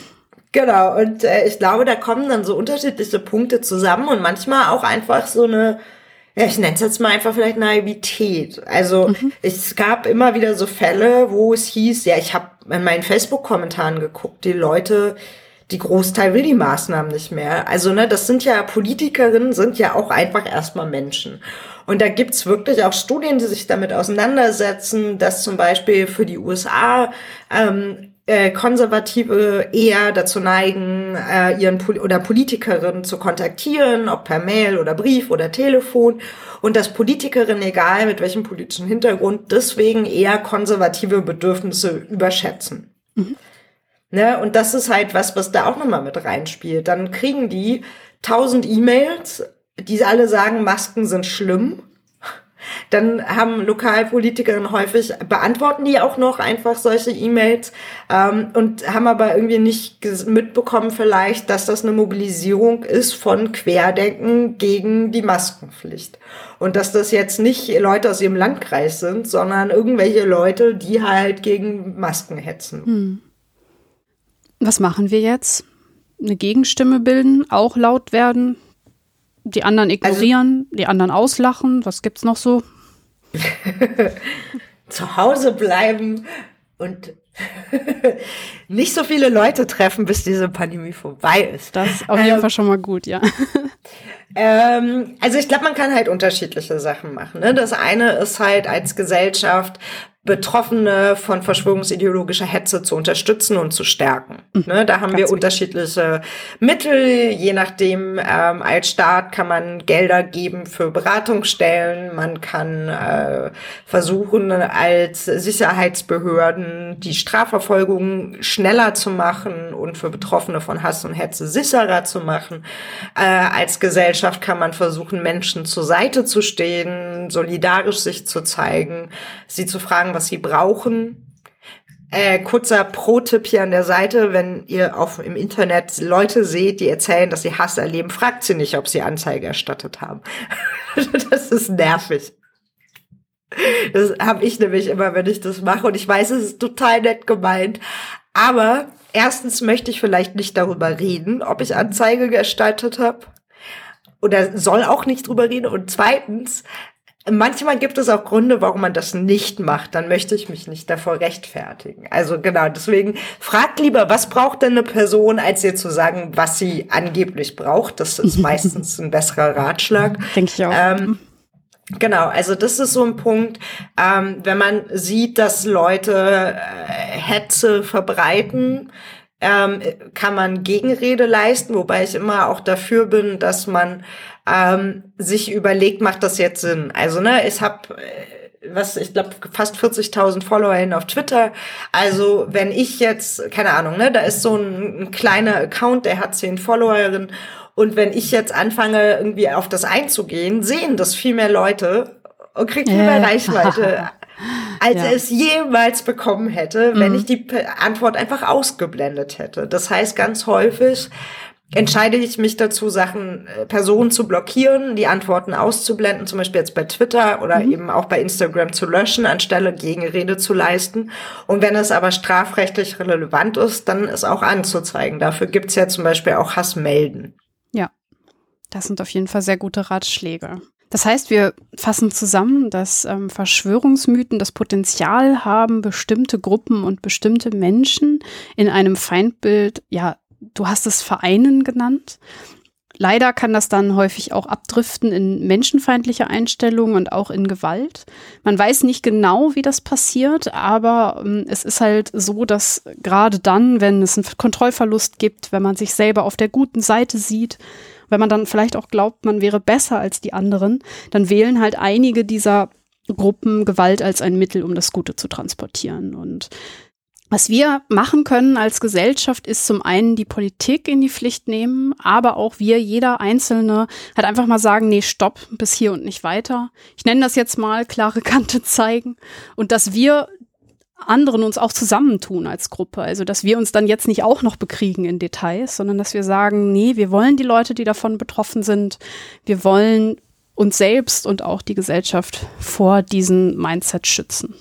genau, und äh, ich glaube, da kommen dann so unterschiedliche Punkte zusammen und manchmal auch einfach so eine, ja, ich nenne es jetzt mal einfach vielleicht Naivität. Also mhm. es gab immer wieder so Fälle, wo es hieß, ja, ich habe in meinen Facebook-Kommentaren geguckt, die Leute, die Großteil will die Maßnahmen nicht mehr. Also ne, das sind ja, Politikerinnen sind ja auch einfach erstmal Menschen. Und da gibt's wirklich auch Studien, die sich damit auseinandersetzen, dass zum Beispiel für die U S A ähm, äh, Konservative eher dazu neigen, äh, ihren Pol- oder Politikerinnen zu kontaktieren, ob per Mail oder Brief oder Telefon. Und dass Politikerinnen, egal mit welchem politischen Hintergrund, deswegen eher konservative Bedürfnisse überschätzen. Mhm. Ne? Und das ist halt was, was da auch nochmal mit reinspielt. Dann kriegen die tausend E-Mails, die alle sagen, Masken sind schlimm. Dann haben Lokalpolitikerinnen häufig, beantworten die auch noch einfach solche E-Mails ähm, und haben aber irgendwie nicht mitbekommen vielleicht, dass das eine Mobilisierung ist von Querdenken gegen die Maskenpflicht. Und dass das jetzt nicht Leute aus ihrem Landkreis sind, sondern irgendwelche Leute, die halt gegen Masken hetzen. Hm. Was machen wir jetzt? Eine Gegenstimme bilden, auch laut werden? Die anderen ignorieren, also, die anderen auslachen. Was gibt's noch so? Zu Hause bleiben und nicht so viele Leute treffen, bis diese Pandemie vorbei ist. Das ist auf jeden ähm, Fall schon mal gut, ja. Ähm, also ich glaube, man kann halt unterschiedliche Sachen machen. Ne? Das eine ist halt als Gesellschaft Betroffene von verschwörungsideologischer Hetze zu unterstützen und zu stärken. Mhm, ne, da haben wir wichtig. unterschiedliche Mittel. Je nachdem, ähm, als Staat kann man Gelder geben für Beratungsstellen. Man kann äh, versuchen, als Sicherheitsbehörden die Strafverfolgung schneller zu machen und für Betroffene von Hass und Hetze sicherer zu machen. Äh, als Gesellschaft kann man versuchen, Menschen zur Seite zu stehen, solidarisch sich zu zeigen, sie zu fragen, was sie brauchen. Äh, kurzer Pro-Tipp hier an der Seite, wenn ihr auf im Internet Leute seht, die erzählen, dass sie Hass erleben, fragt sie nicht, ob sie Anzeige erstattet haben. Das ist nervig. Das habe ich nämlich immer, wenn ich das mache. Und ich weiß, es ist total nett gemeint. Aber erstens möchte ich vielleicht nicht darüber reden, ob ich Anzeige erstattet habe. Oder soll auch nicht drüber reden. Und zweitens, manchmal gibt es auch Gründe, warum man das nicht macht. Dann möchte ich mich nicht davor rechtfertigen. Also genau, deswegen fragt lieber, was braucht denn eine Person, als ihr zu sagen, was sie angeblich braucht. Das ist meistens ein besserer Ratschlag. Denke ich auch. Ähm, genau, also das ist so ein Punkt, ähm, wenn man sieht, dass Leute äh, Hetze verbreiten, ähm, kann man Gegenrede leisten, wobei ich immer auch dafür bin, dass man ähm, sich überlegt, macht das jetzt Sinn? Also ne, ich habe was, ich glaube, fast vierzigtausend FollowerInnen auf Twitter. Also wenn ich jetzt, keine Ahnung, ne, da ist so ein, ein kleiner Account, der hat zehn FollowerInnen und wenn ich jetzt anfange, irgendwie auf das einzugehen, sehen das viel mehr Leute und kriege viel mehr Reichweite, als ja. es jemals bekommen hätte, wenn mhm. ich die Antwort einfach ausgeblendet hätte. Das heißt ganz häufig, entscheide ich mich dazu, Sachen, äh, Personen zu blockieren, die Antworten auszublenden, zum Beispiel jetzt bei Twitter oder mhm. eben auch bei Instagram zu löschen, anstelle Gegenrede zu leisten. Und wenn es aber strafrechtlich relevant ist, dann es auch anzuzeigen. Dafür gibt's ja zum Beispiel auch Hassmelden. Ja, das sind auf jeden Fall sehr gute Ratschläge. Das heißt, wir fassen zusammen, dass ähm, Verschwörungsmythen das Potenzial haben, bestimmte Gruppen und bestimmte Menschen in einem Feindbild, ja, du hast es Vereinen genannt. Leider kann das dann häufig auch abdriften in menschenfeindliche Einstellungen und auch in Gewalt. Man weiß nicht genau, wie das passiert, aber ähm, es ist halt so, dass gerade dann, wenn es einen Kontrollverlust gibt, wenn man sich selber auf der guten Seite sieht, wenn man dann vielleicht auch glaubt, man wäre besser als die anderen, dann wählen halt einige dieser Gruppen Gewalt als ein Mittel, um das Gute zu transportieren. Und was wir machen können als Gesellschaft, ist zum einen die Politik in die Pflicht nehmen, aber auch wir, jeder Einzelne, halt einfach mal sagen, nee, stopp, bis hier und nicht weiter. Ich nenne das jetzt mal klare Kante zeigen und dass wir anderen uns auch zusammentun als Gruppe. Also, dass wir uns dann jetzt nicht auch noch bekriegen in Details, sondern dass wir sagen, nee, wir wollen die Leute, die davon betroffen sind, wir wollen uns selbst und auch die Gesellschaft vor diesem Mindset schützen.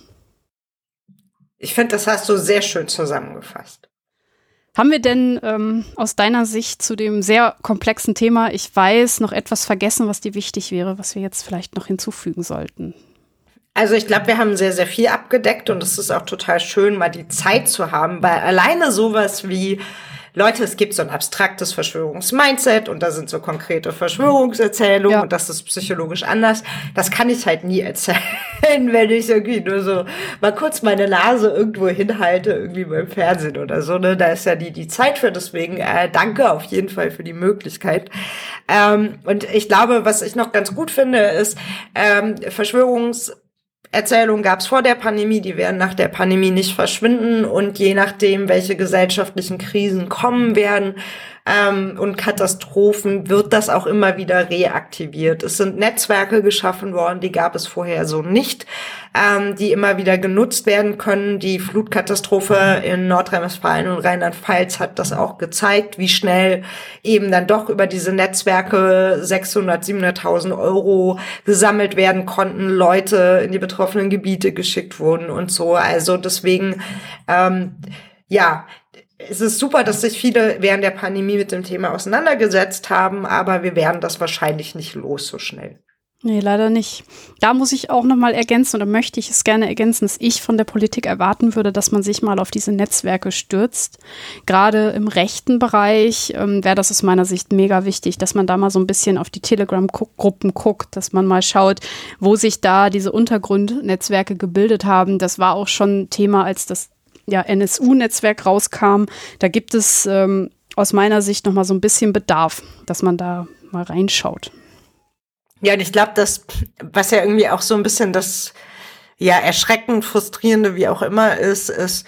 Ich finde, das hast du sehr schön zusammengefasst. Haben wir denn ähm, aus deiner Sicht zu dem sehr komplexen Thema, ich weiß, noch etwas vergessen, was dir wichtig wäre, was wir jetzt vielleicht noch hinzufügen sollten? Also ich glaube, wir haben sehr, sehr viel abgedeckt und es ist auch total schön, mal die Zeit zu haben, weil alleine sowas wie, Leute, es gibt so ein abstraktes Verschwörungsmindset und da sind so konkrete Verschwörungserzählungen ja. und das ist psychologisch anders. Das kann ich halt nie erzählen, wenn ich irgendwie nur so mal kurz meine Nase irgendwo hinhalte, irgendwie beim Fernsehen oder so. Ne? Da ist ja die, die Zeit für, deswegen äh, danke auf jeden Fall für die Möglichkeit. Ähm, und ich glaube, was ich noch ganz gut finde, ist ähm, Verschwörungs Erzählungen gab es vor der Pandemie, die werden nach der Pandemie nicht verschwinden und je nachdem, welche gesellschaftlichen Krisen kommen werden ähm, und Katastrophen, wird das auch immer wieder reaktiviert. Es sind Netzwerke geschaffen worden, die gab es vorher so nicht, ähm, die immer wieder genutzt werden können. Die Flutkatastrophe in Nordrhein-Westfalen und Rheinland-Pfalz hat das auch gezeigt, wie schnell eben dann doch über diese Netzwerke sechshundert, siebenhunderttausend Euro gesammelt werden konnten, Leute in die betroffenen Gebiete geschickt wurden und so. Also deswegen, ähm, ja, es ist super, dass sich viele während der Pandemie mit dem Thema auseinandergesetzt haben, aber wir werden das wahrscheinlich nicht los so schnell. Nee, leider nicht. Da muss ich auch noch mal ergänzen oder möchte ich es gerne ergänzen, dass ich von der Politik erwarten würde, dass man sich mal auf diese Netzwerke stürzt. Gerade im rechten Bereich ähm, wäre das aus meiner Sicht mega wichtig, dass man da mal so ein bisschen auf die Telegram-Gruppen guckt, dass man mal schaut, wo sich da diese Untergrundnetzwerke gebildet haben. Das war auch schon Thema, als das ja, N S U-Netzwerk rauskam. Da gibt es ähm, aus meiner Sicht noch mal so ein bisschen Bedarf, dass man da mal reinschaut. Ja, und ich glaube, das, was ja irgendwie auch so ein bisschen das, ja, erschreckend, frustrierende, wie auch immer ist, ist,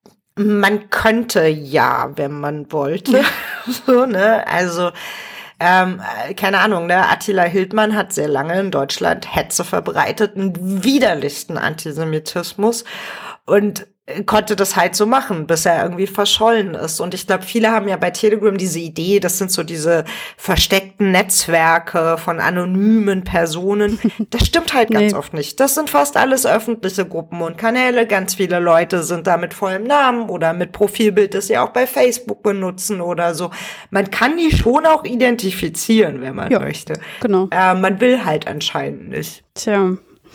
man könnte ja, wenn man wollte, ja. so, ne, also, ähm, keine Ahnung, ne, Attila Hildmann hat sehr lange in Deutschland Hetze verbreitet, einen widerlichsten Antisemitismus und konnte das halt so machen, bis er irgendwie verschollen ist. Und ich glaube, viele haben ja bei Telegram diese Idee, das sind so diese versteckten Netzwerke von anonymen Personen. Das stimmt halt ganz nee. oft nicht. Das sind fast alles öffentliche Gruppen und Kanäle. Ganz viele Leute sind da mit vollem Namen oder mit Profilbild, das sie auch bei Facebook benutzen oder so. Man kann die schon auch identifizieren, wenn man ja, möchte. Genau. Äh, man will halt anscheinend nicht. Tja.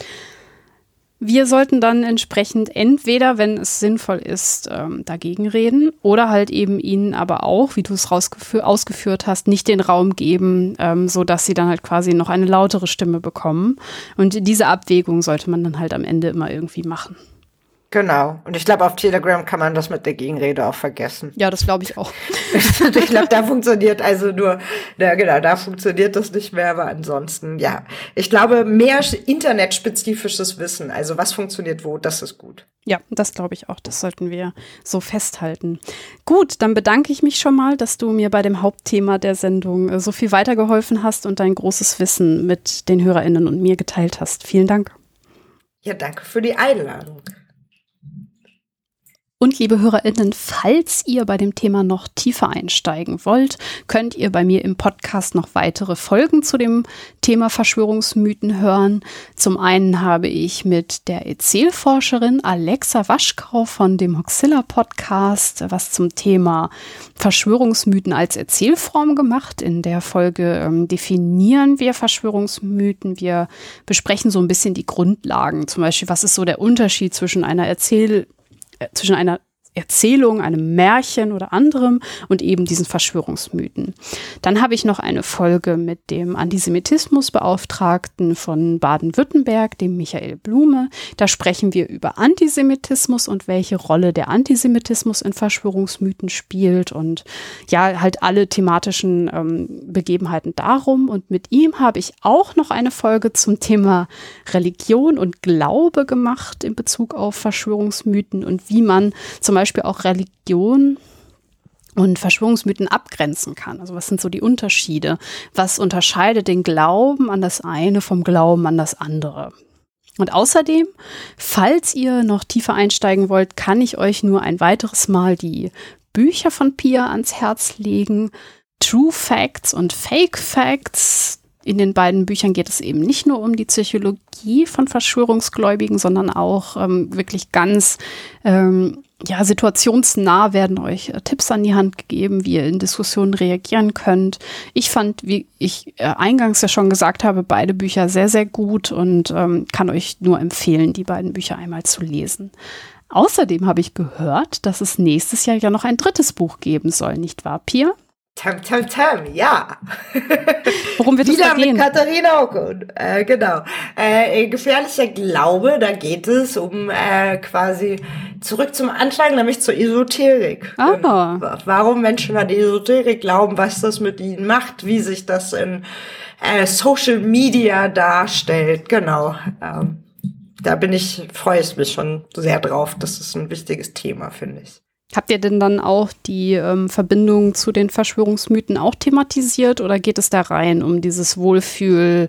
Wir sollten dann entsprechend entweder, wenn es sinnvoll ist, ähm, dagegen reden oder halt eben ihnen aber auch, wie du es rausgefü- ausgeführt hast, nicht den Raum geben, ähm, sodass sie dann halt quasi noch eine lautere Stimme bekommen. Und diese Abwägung sollte man dann halt am Ende immer irgendwie machen. Genau. Und ich glaube, auf Telegram kann man das mit der Gegenrede auch vergessen. Ja, das glaube ich auch. Ich glaube, da funktioniert also nur, ja genau, da funktioniert das nicht mehr, aber ansonsten, ja. Ich glaube, mehr internetspezifisches Wissen, also was funktioniert wo, das ist gut. Ja, das glaube ich auch. Das sollten wir so festhalten. Gut, dann bedanke ich mich schon mal, dass du mir bei dem Hauptthema der Sendung so viel weitergeholfen hast und dein großes Wissen mit den HörerInnen und mir geteilt hast. Vielen Dank. Ja, danke für die Einladung. Und liebe HörerInnen, falls ihr bei dem Thema noch tiefer einsteigen wollt, könnt ihr bei mir im Podcast noch weitere Folgen zu dem Thema Verschwörungsmythen hören. Zum einen habe ich mit der Erzählforscherin Alexa Waschkau von dem Hoaxilla Podcast was zum Thema Verschwörungsmythen als Erzählform gemacht. In der Folge ähm, definieren wir Verschwörungsmythen. Wir besprechen so ein bisschen die Grundlagen. Zum Beispiel, was ist so der Unterschied zwischen einer Erzähl zwischen einer Erzählung, einem Märchen oder anderem und eben diesen Verschwörungsmythen. Dann habe ich noch eine Folge mit dem Antisemitismusbeauftragten von Baden-Württemberg, dem Michael Blume. Da sprechen wir über Antisemitismus und welche Rolle der Antisemitismus in Verschwörungsmythen spielt und ja, halt alle thematischen ähm, Begebenheiten darum. Und mit ihm habe ich auch noch eine Folge zum Thema Religion und Glaube gemacht in Bezug auf Verschwörungsmythen und wie man zum Beispiel Beispiel auch Religion und Verschwörungsmythen abgrenzen kann. Also was sind so die Unterschiede? Was unterscheidet den Glauben an das eine vom Glauben an das andere? Und außerdem, falls ihr noch tiefer einsteigen wollt, kann ich euch nur ein weiteres Mal die Bücher von Pia ans Herz legen. True Facts und Fake Facts. In den beiden Büchern geht es eben nicht nur um die Psychologie von Verschwörungsgläubigen, sondern auch ähm, wirklich ganz ähm, ja, situationsnah werden euch äh, Tipps an die Hand gegeben, wie ihr in Diskussionen reagieren könnt. Ich fand, wie ich äh, eingangs ja schon gesagt habe, beide Bücher sehr, sehr gut und ähm, kann euch nur empfehlen, die beiden Bücher einmal zu lesen. Außerdem habe ich gehört, dass es nächstes Jahr ja noch ein drittes Buch geben soll, nicht wahr, Pia? Tam, tam, tam, ja. Worum wird es da gehen? Mit Katharina Okun, äh, genau. Äh, gefährlicher Glaube, da geht es um äh, quasi zurück zum Anfang, nämlich zur Esoterik. Ah. Genau. Warum Menschen an die Esoterik glauben, was das mit ihnen macht, wie sich das in äh, Social Media darstellt, genau. Ähm, da bin ich, freue ich mich schon sehr drauf. Das ist ein wichtiges Thema, finde ich. Habt ihr denn dann auch die ähm, Verbindung zu den Verschwörungsmythen auch thematisiert oder geht es da rein um dieses Wohlfühl,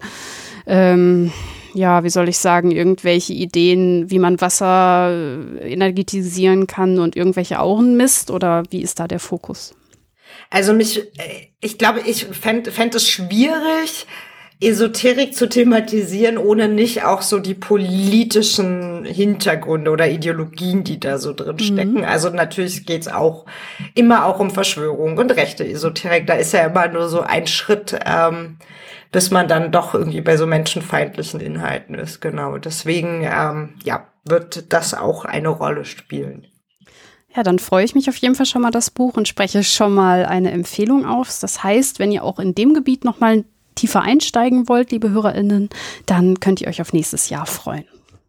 ähm, ja, wie soll ich sagen, irgendwelche Ideen, wie man Wasser energetisieren kann und irgendwelche Aurenmist oder wie ist da der Fokus? Also mich, ich glaube, ich fände fänd es schwierig, Esoterik zu thematisieren, ohne nicht auch so die politischen Hintergründe oder Ideologien, die da so drin stecken. Mhm. Also natürlich geht's auch immer auch um Verschwörung und rechte Esoterik. Da ist ja immer nur so ein Schritt, ähm, bis man dann doch irgendwie bei so menschenfeindlichen Inhalten ist. Genau. Deswegen, ähm, ja, wird das auch eine Rolle spielen. Ja, dann freue ich mich auf jeden Fall schon mal das Buch und spreche schon mal eine Empfehlung aus. Das heißt, wenn ihr auch in dem Gebiet noch mal tiefer einsteigen wollt, liebe HörerInnen, dann könnt ihr euch auf nächstes Jahr freuen.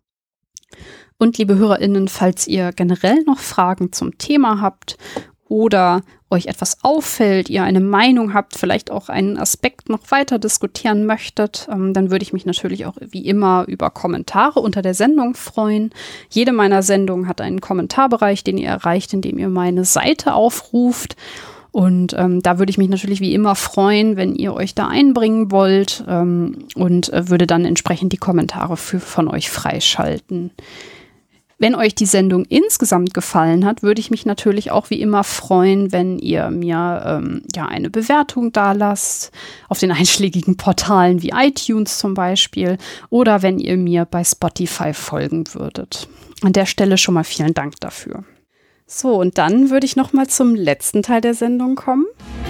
Und liebe HörerInnen, falls ihr generell noch Fragen zum Thema habt oder euch etwas auffällt, ihr eine Meinung habt, vielleicht auch einen Aspekt noch weiter diskutieren möchtet, ähm, dann würde ich mich natürlich auch wie immer über Kommentare unter der Sendung freuen. Jede meiner Sendungen hat einen Kommentarbereich, den ihr erreicht, indem ihr meine Seite aufruft. Und ähm, da würde ich mich natürlich wie immer freuen, wenn ihr euch da einbringen wollt ähm, und äh, würde dann entsprechend die Kommentare für, von euch freischalten. Wenn euch die Sendung insgesamt gefallen hat, würde ich mich natürlich auch wie immer freuen, wenn ihr mir ähm, ja eine Bewertung dalasst, auf den einschlägigen Portalen wie iTunes zum Beispiel, oder wenn ihr mir bei Spotify folgen würdet. An der Stelle schon mal vielen Dank dafür. So, und dann würde ich noch mal zum letzten Teil der Sendung kommen.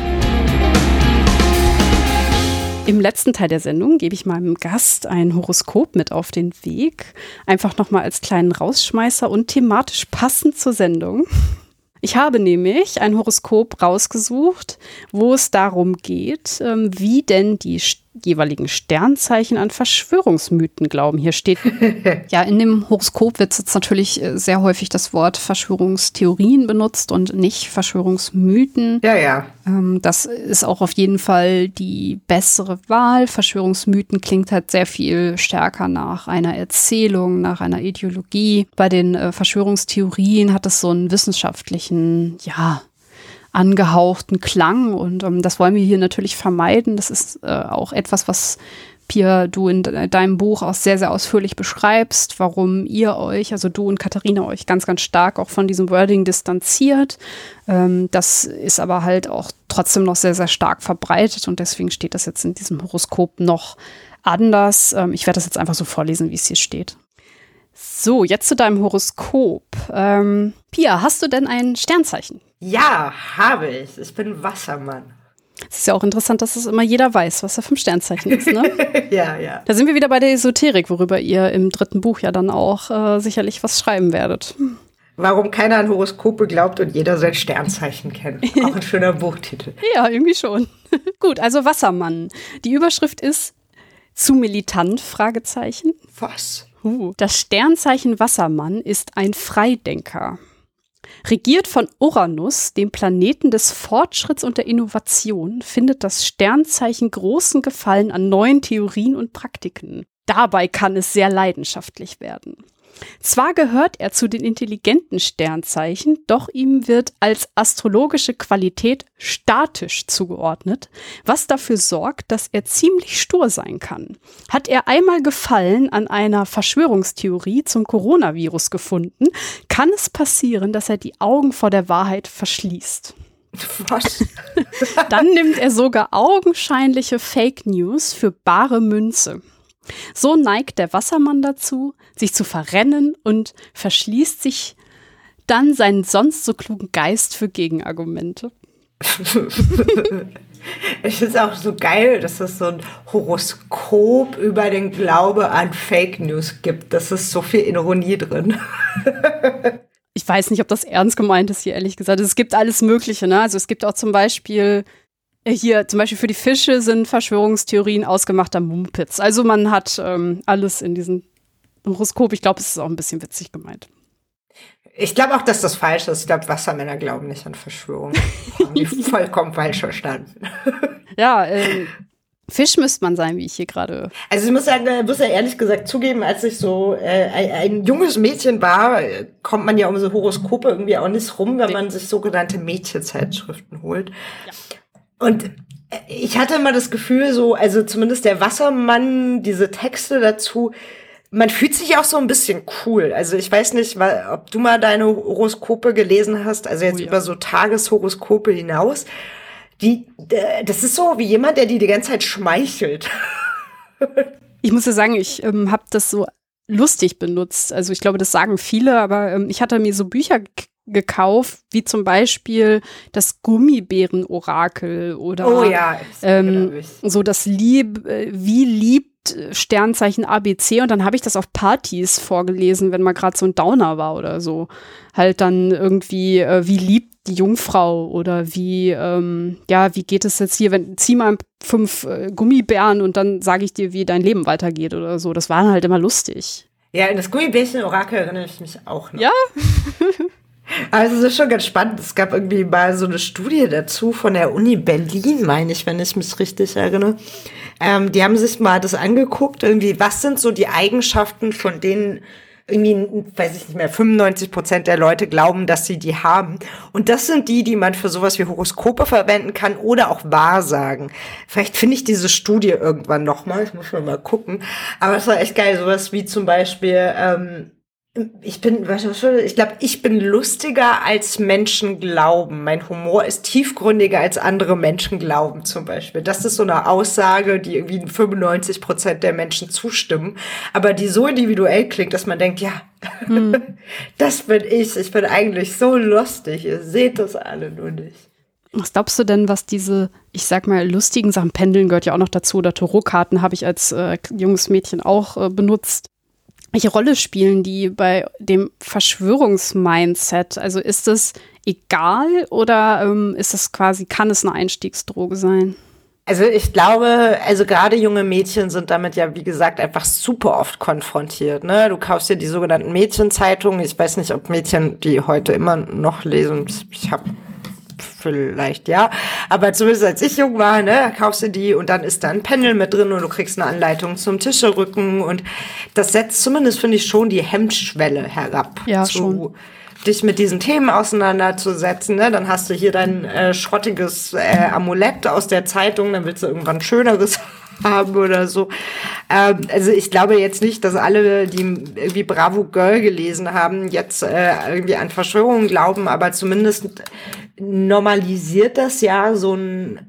Im letzten Teil der Sendung gebe ich meinem Gast ein Horoskop mit auf den Weg. Einfach noch mal als kleinen Rausschmeißer und thematisch passend zur Sendung. Ich habe nämlich ein Horoskop rausgesucht, wo es darum geht, wie denn die jeweiligen Sternzeichen an Verschwörungsmythen glauben. Hier steht, ja, in dem Horoskop wird jetzt natürlich sehr häufig das Wort Verschwörungstheorien benutzt und nicht Verschwörungsmythen. Ja, ja. Das ist auch auf jeden Fall die bessere Wahl. Verschwörungsmythen klingt halt sehr viel stärker nach einer Erzählung, nach einer Ideologie. Bei den äh, Verschwörungstheorien hat es so einen wissenschaftlichen, ja, angehauchten Klang und ähm, das wollen wir hier natürlich vermeiden. Das ist äh, auch etwas, was Pia, du in de- deinem Buch auch sehr, sehr ausführlich beschreibst, warum ihr euch, also du und Katharina, euch ganz, ganz stark auch von diesem Wording distanziert. Ähm, das ist aber halt auch trotzdem noch sehr, sehr stark verbreitet und deswegen steht das jetzt in diesem Horoskop noch anders. Ähm, ich werde das jetzt einfach so vorlesen, wie es hier steht. So, jetzt zu deinem Horoskop. Ähm, Pia, hast du denn ein Sternzeichen? Ja, habe ich. Ich bin Wassermann. Es ist ja auch interessant, dass es immer jeder weiß, was er für ein Sternzeichen ist, ne? Ja, ja. Da sind wir wieder bei der Esoterik, worüber ihr im dritten Buch ja dann auch äh, sicherlich was schreiben werdet. Warum keiner an Horoskope glaubt und jeder sein Sternzeichen kennt. Auch ein schöner Buchtitel. Ja, irgendwie schon. Gut, also Wassermann. Die Überschrift ist zu militant, Fragezeichen. Was? Uh, das Sternzeichen Wassermann ist ein Freidenker. Regiert von Uranus, dem Planeten des Fortschritts und der Innovation, findet das Sternzeichen großen Gefallen an neuen Theorien und Praktiken. Dabei kann es sehr leidenschaftlich werden. Zwar gehört er zu den intelligenten Sternzeichen, doch ihm wird als astrologische Qualität statisch zugeordnet, was dafür sorgt, dass er ziemlich stur sein kann. Hat er einmal Gefallen an einer Verschwörungstheorie zum Coronavirus gefunden, kann es passieren, dass er die Augen vor der Wahrheit verschließt. Was? Dann nimmt er sogar augenscheinliche Fake News für bare Münze. So neigt der Wassermann dazu, sich zu verrennen und verschließt sich dann seinen sonst so klugen Geist für Gegenargumente. Ich finde es auch so geil, dass es so ein Horoskop über den Glaube an Fake News gibt. Das ist so viel Ironie drin. Ich weiß nicht, ob das ernst gemeint ist hier, ehrlich gesagt. Es gibt alles Mögliche, ne? Also es gibt auch zum Beispiel hier, zum Beispiel für die Fische sind Verschwörungstheorien ausgemachter Mumpitz. Also man hat ähm, alles in diesem Horoskop. Ich glaube, es ist auch ein bisschen witzig gemeint. Ich glaube auch, dass das falsch ist. Ich glaube, Wassermänner glauben nicht an Verschwörungen. Haben die vollkommen falsch verstanden. Ja, ähm, Fisch müsste man sein, wie ich hier gerade. Also ich muss sagen, ich muss ja ehrlich gesagt zugeben, als ich so äh, ein, ein junges Mädchen war, kommt man ja um so Horoskope irgendwie auch nicht rum, wenn man sich sogenannte Mädchenzeitschriften holt. Ja. Und ich hatte immer das Gefühl, so, also zumindest der Wassermann, diese Texte dazu, man fühlt sich auch so ein bisschen cool. Also ich weiß nicht, ob du mal deine Horoskope gelesen hast, also jetzt oh ja. über so Tageshoroskope hinaus. Die, das ist so wie jemand, der dir die ganze Zeit schmeichelt. Ich muss ja sagen, ich ähm, habe das so lustig benutzt. Also ich glaube, das sagen viele, aber ähm, ich hatte mir so Bücher g- gekauft, wie zum Beispiel das Gummibären-Orakel oder oh ja, ähm, so das Lieb, äh, wie liebt Sternzeichen A B C und dann habe ich das auf Partys vorgelesen, wenn mal gerade so ein Downer war oder so. Halt dann irgendwie, äh, wie liebt die Jungfrau oder wie, ähm, ja, wie geht es jetzt hier, wenn, zieh mal fünf äh, Gummibären und dann sage ich dir, wie dein Leben weitergeht oder so. Das war dann halt immer lustig. Ja, in das Gummibärchen-Orakel erinnere ich mich auch noch. Ja? Also es ist schon ganz spannend. Es gab irgendwie mal so eine Studie dazu von der Uni Berlin, meine ich, wenn ich mich richtig erinnere. Ähm, die haben sich mal das angeguckt, irgendwie, was sind so die Eigenschaften, von denen irgendwie, weiß ich nicht mehr, fünfundneunzig Prozent der Leute glauben, dass sie die haben. Und das sind die, die man für sowas wie Horoskope verwenden kann oder auch Wahrsagen. Vielleicht finde ich diese Studie irgendwann noch mal. Ich muss schon mal gucken. Aber es war echt geil. Sowas wie zum Beispiel, ähm, ich bin, ich glaube, ich bin lustiger als Menschen glauben. Mein Humor ist tiefgründiger als andere Menschen glauben, zum Beispiel. Das ist so eine Aussage, die irgendwie fünfundneunzig Prozent der Menschen zustimmen, aber die so individuell klingt, dass man denkt, ja, hm. das bin ich. Ich bin eigentlich so lustig. Ihr seht das alle nur nicht. Was glaubst du denn, was diese, ich sag mal, lustigen Sachen, Pendeln gehört ja auch noch dazu, oder Tarotkarten habe ich als äh, junges Mädchen auch äh, benutzt. Welche Rolle spielen die bei dem Verschwörungsmindset? Also ist es egal oder ähm, ist es quasi, kann es eine Einstiegsdroge sein? Also ich glaube, also gerade junge Mädchen sind damit ja, wie gesagt, einfach super oft konfrontiert. Ne? Du kaufst dir die sogenannten Mädchenzeitungen. Ich weiß nicht, ob Mädchen die heute immer noch lesen. Ich habe vielleicht, ja. Aber zumindest als ich jung war, ne, kaufst du die und dann ist da ein Pendel mit drin und du kriegst eine Anleitung zum Tischerücken und das setzt zumindest, finde ich, schon die Hemmschwelle herab. Ja, zu, schon. Dich mit diesen Themen auseinanderzusetzen, ne? Dann hast du hier dein äh, schrottiges äh, Amulett aus der Zeitung, dann willst du irgendwann ein schöneres haben oder so. Ähm, also ich glaube jetzt nicht, dass alle, die irgendwie Bravo Girl gelesen haben, jetzt äh, irgendwie an Verschwörungen glauben, aber zumindest normalisiert das ja so ein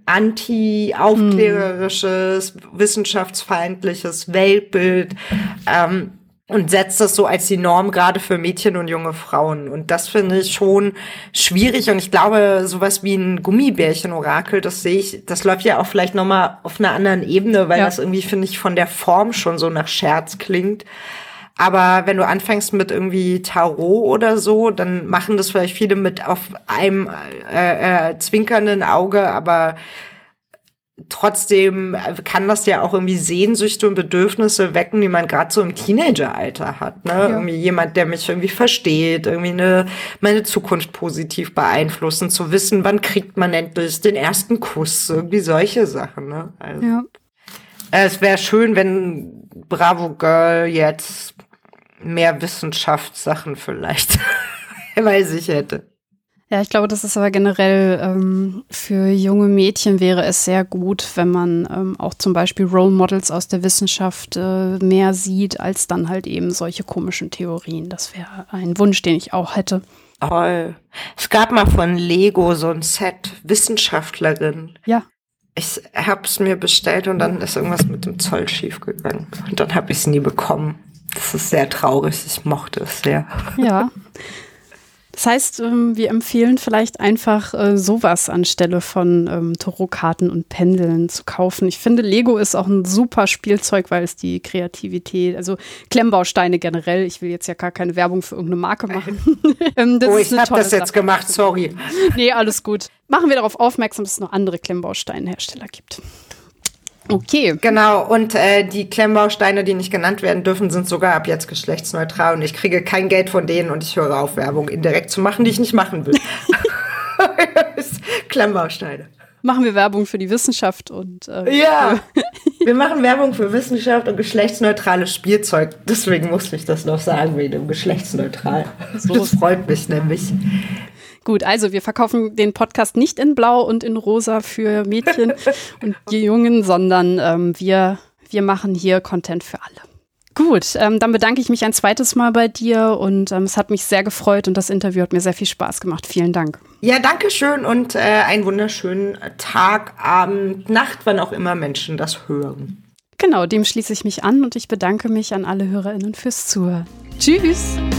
anti-aufklärerisches, hm. wissenschaftsfeindliches Weltbild, ähm, und setzt das so als die Norm gerade für Mädchen und junge Frauen. Und das finde ich schon schwierig. Und ich glaube, sowas wie ein Gummibärchen-Orakel, das sehe ich, das läuft ja auch vielleicht noch mal auf einer anderen Ebene, weil ja. das irgendwie, finde ich, von der Form schon so nach Scherz klingt. Aber wenn du anfängst mit irgendwie Tarot oder so, dann machen das vielleicht viele mit auf einem äh, äh, zwinkernden Auge, aber trotzdem kann das ja auch irgendwie Sehnsüchte und Bedürfnisse wecken, die man gerade so im Teenageralter hat. Ne? Ja. Irgendwie jemand, der mich irgendwie versteht, irgendwie eine, meine Zukunft positiv beeinflussen, zu wissen, wann kriegt man endlich den ersten Kuss, irgendwie solche Sachen. Ne? Also, ja. Es wäre schön, wenn Bravo Girl jetzt mehr Wissenschaftssachen vielleicht bei sich hätte. Ja, ich glaube, das ist aber generell ähm, für junge Mädchen wäre es sehr gut, wenn man ähm, auch zum Beispiel Role Models aus der Wissenschaft äh, mehr sieht, als dann halt eben solche komischen Theorien. Das wäre ein Wunsch, den ich auch hätte. Toll. Es gab mal von Lego so ein Set Wissenschaftlerin. Ja. Ich hab's mir bestellt und dann ist irgendwas mit dem Zoll schiefgegangen. Und dann habe ich es nie bekommen. Das ist sehr traurig. Ich mochte es sehr. Ja. Das heißt, wir empfehlen vielleicht einfach sowas anstelle von ähm, Tarotkarten und Pendeln zu kaufen. Ich finde, Lego ist auch ein super Spielzeug, weil es die Kreativität, also Klemmbausteine generell, ich will jetzt ja gar keine Werbung für irgendeine Marke machen. ähm, oh, ich habe das jetzt Sache. gemacht, sorry. Nee, alles gut. Machen wir darauf aufmerksam, dass es noch andere Klemmbausteinhersteller gibt. Okay. Genau, und äh, die Klemmbausteine, die nicht genannt werden dürfen, sind sogar ab jetzt geschlechtsneutral und ich kriege kein Geld von denen und ich höre auf, Werbung indirekt zu machen, die ich nicht machen will. Klemmbausteine. Machen wir Werbung für die Wissenschaft und äh, ja, wir machen Werbung für Wissenschaft und geschlechtsneutrales Spielzeug. Deswegen musste ich das noch sagen, wegen dem geschlechtsneutral. So. Das freut mich nämlich. Gut, also wir verkaufen den Podcast nicht in Blau und in Rosa für Mädchen und die Jungen, sondern ähm, wir, wir machen hier Content für alle. Gut, ähm, dann bedanke ich mich ein zweites Mal bei dir und ähm, es hat mich sehr gefreut und das Interview hat mir sehr viel Spaß gemacht. Vielen Dank. Ja, danke schön und äh, einen wunderschönen Tag, Abend, Nacht, wann auch immer Menschen das hören. Genau, dem schließe ich mich an und ich bedanke mich an alle HörerInnen fürs Zuhören. Tschüss!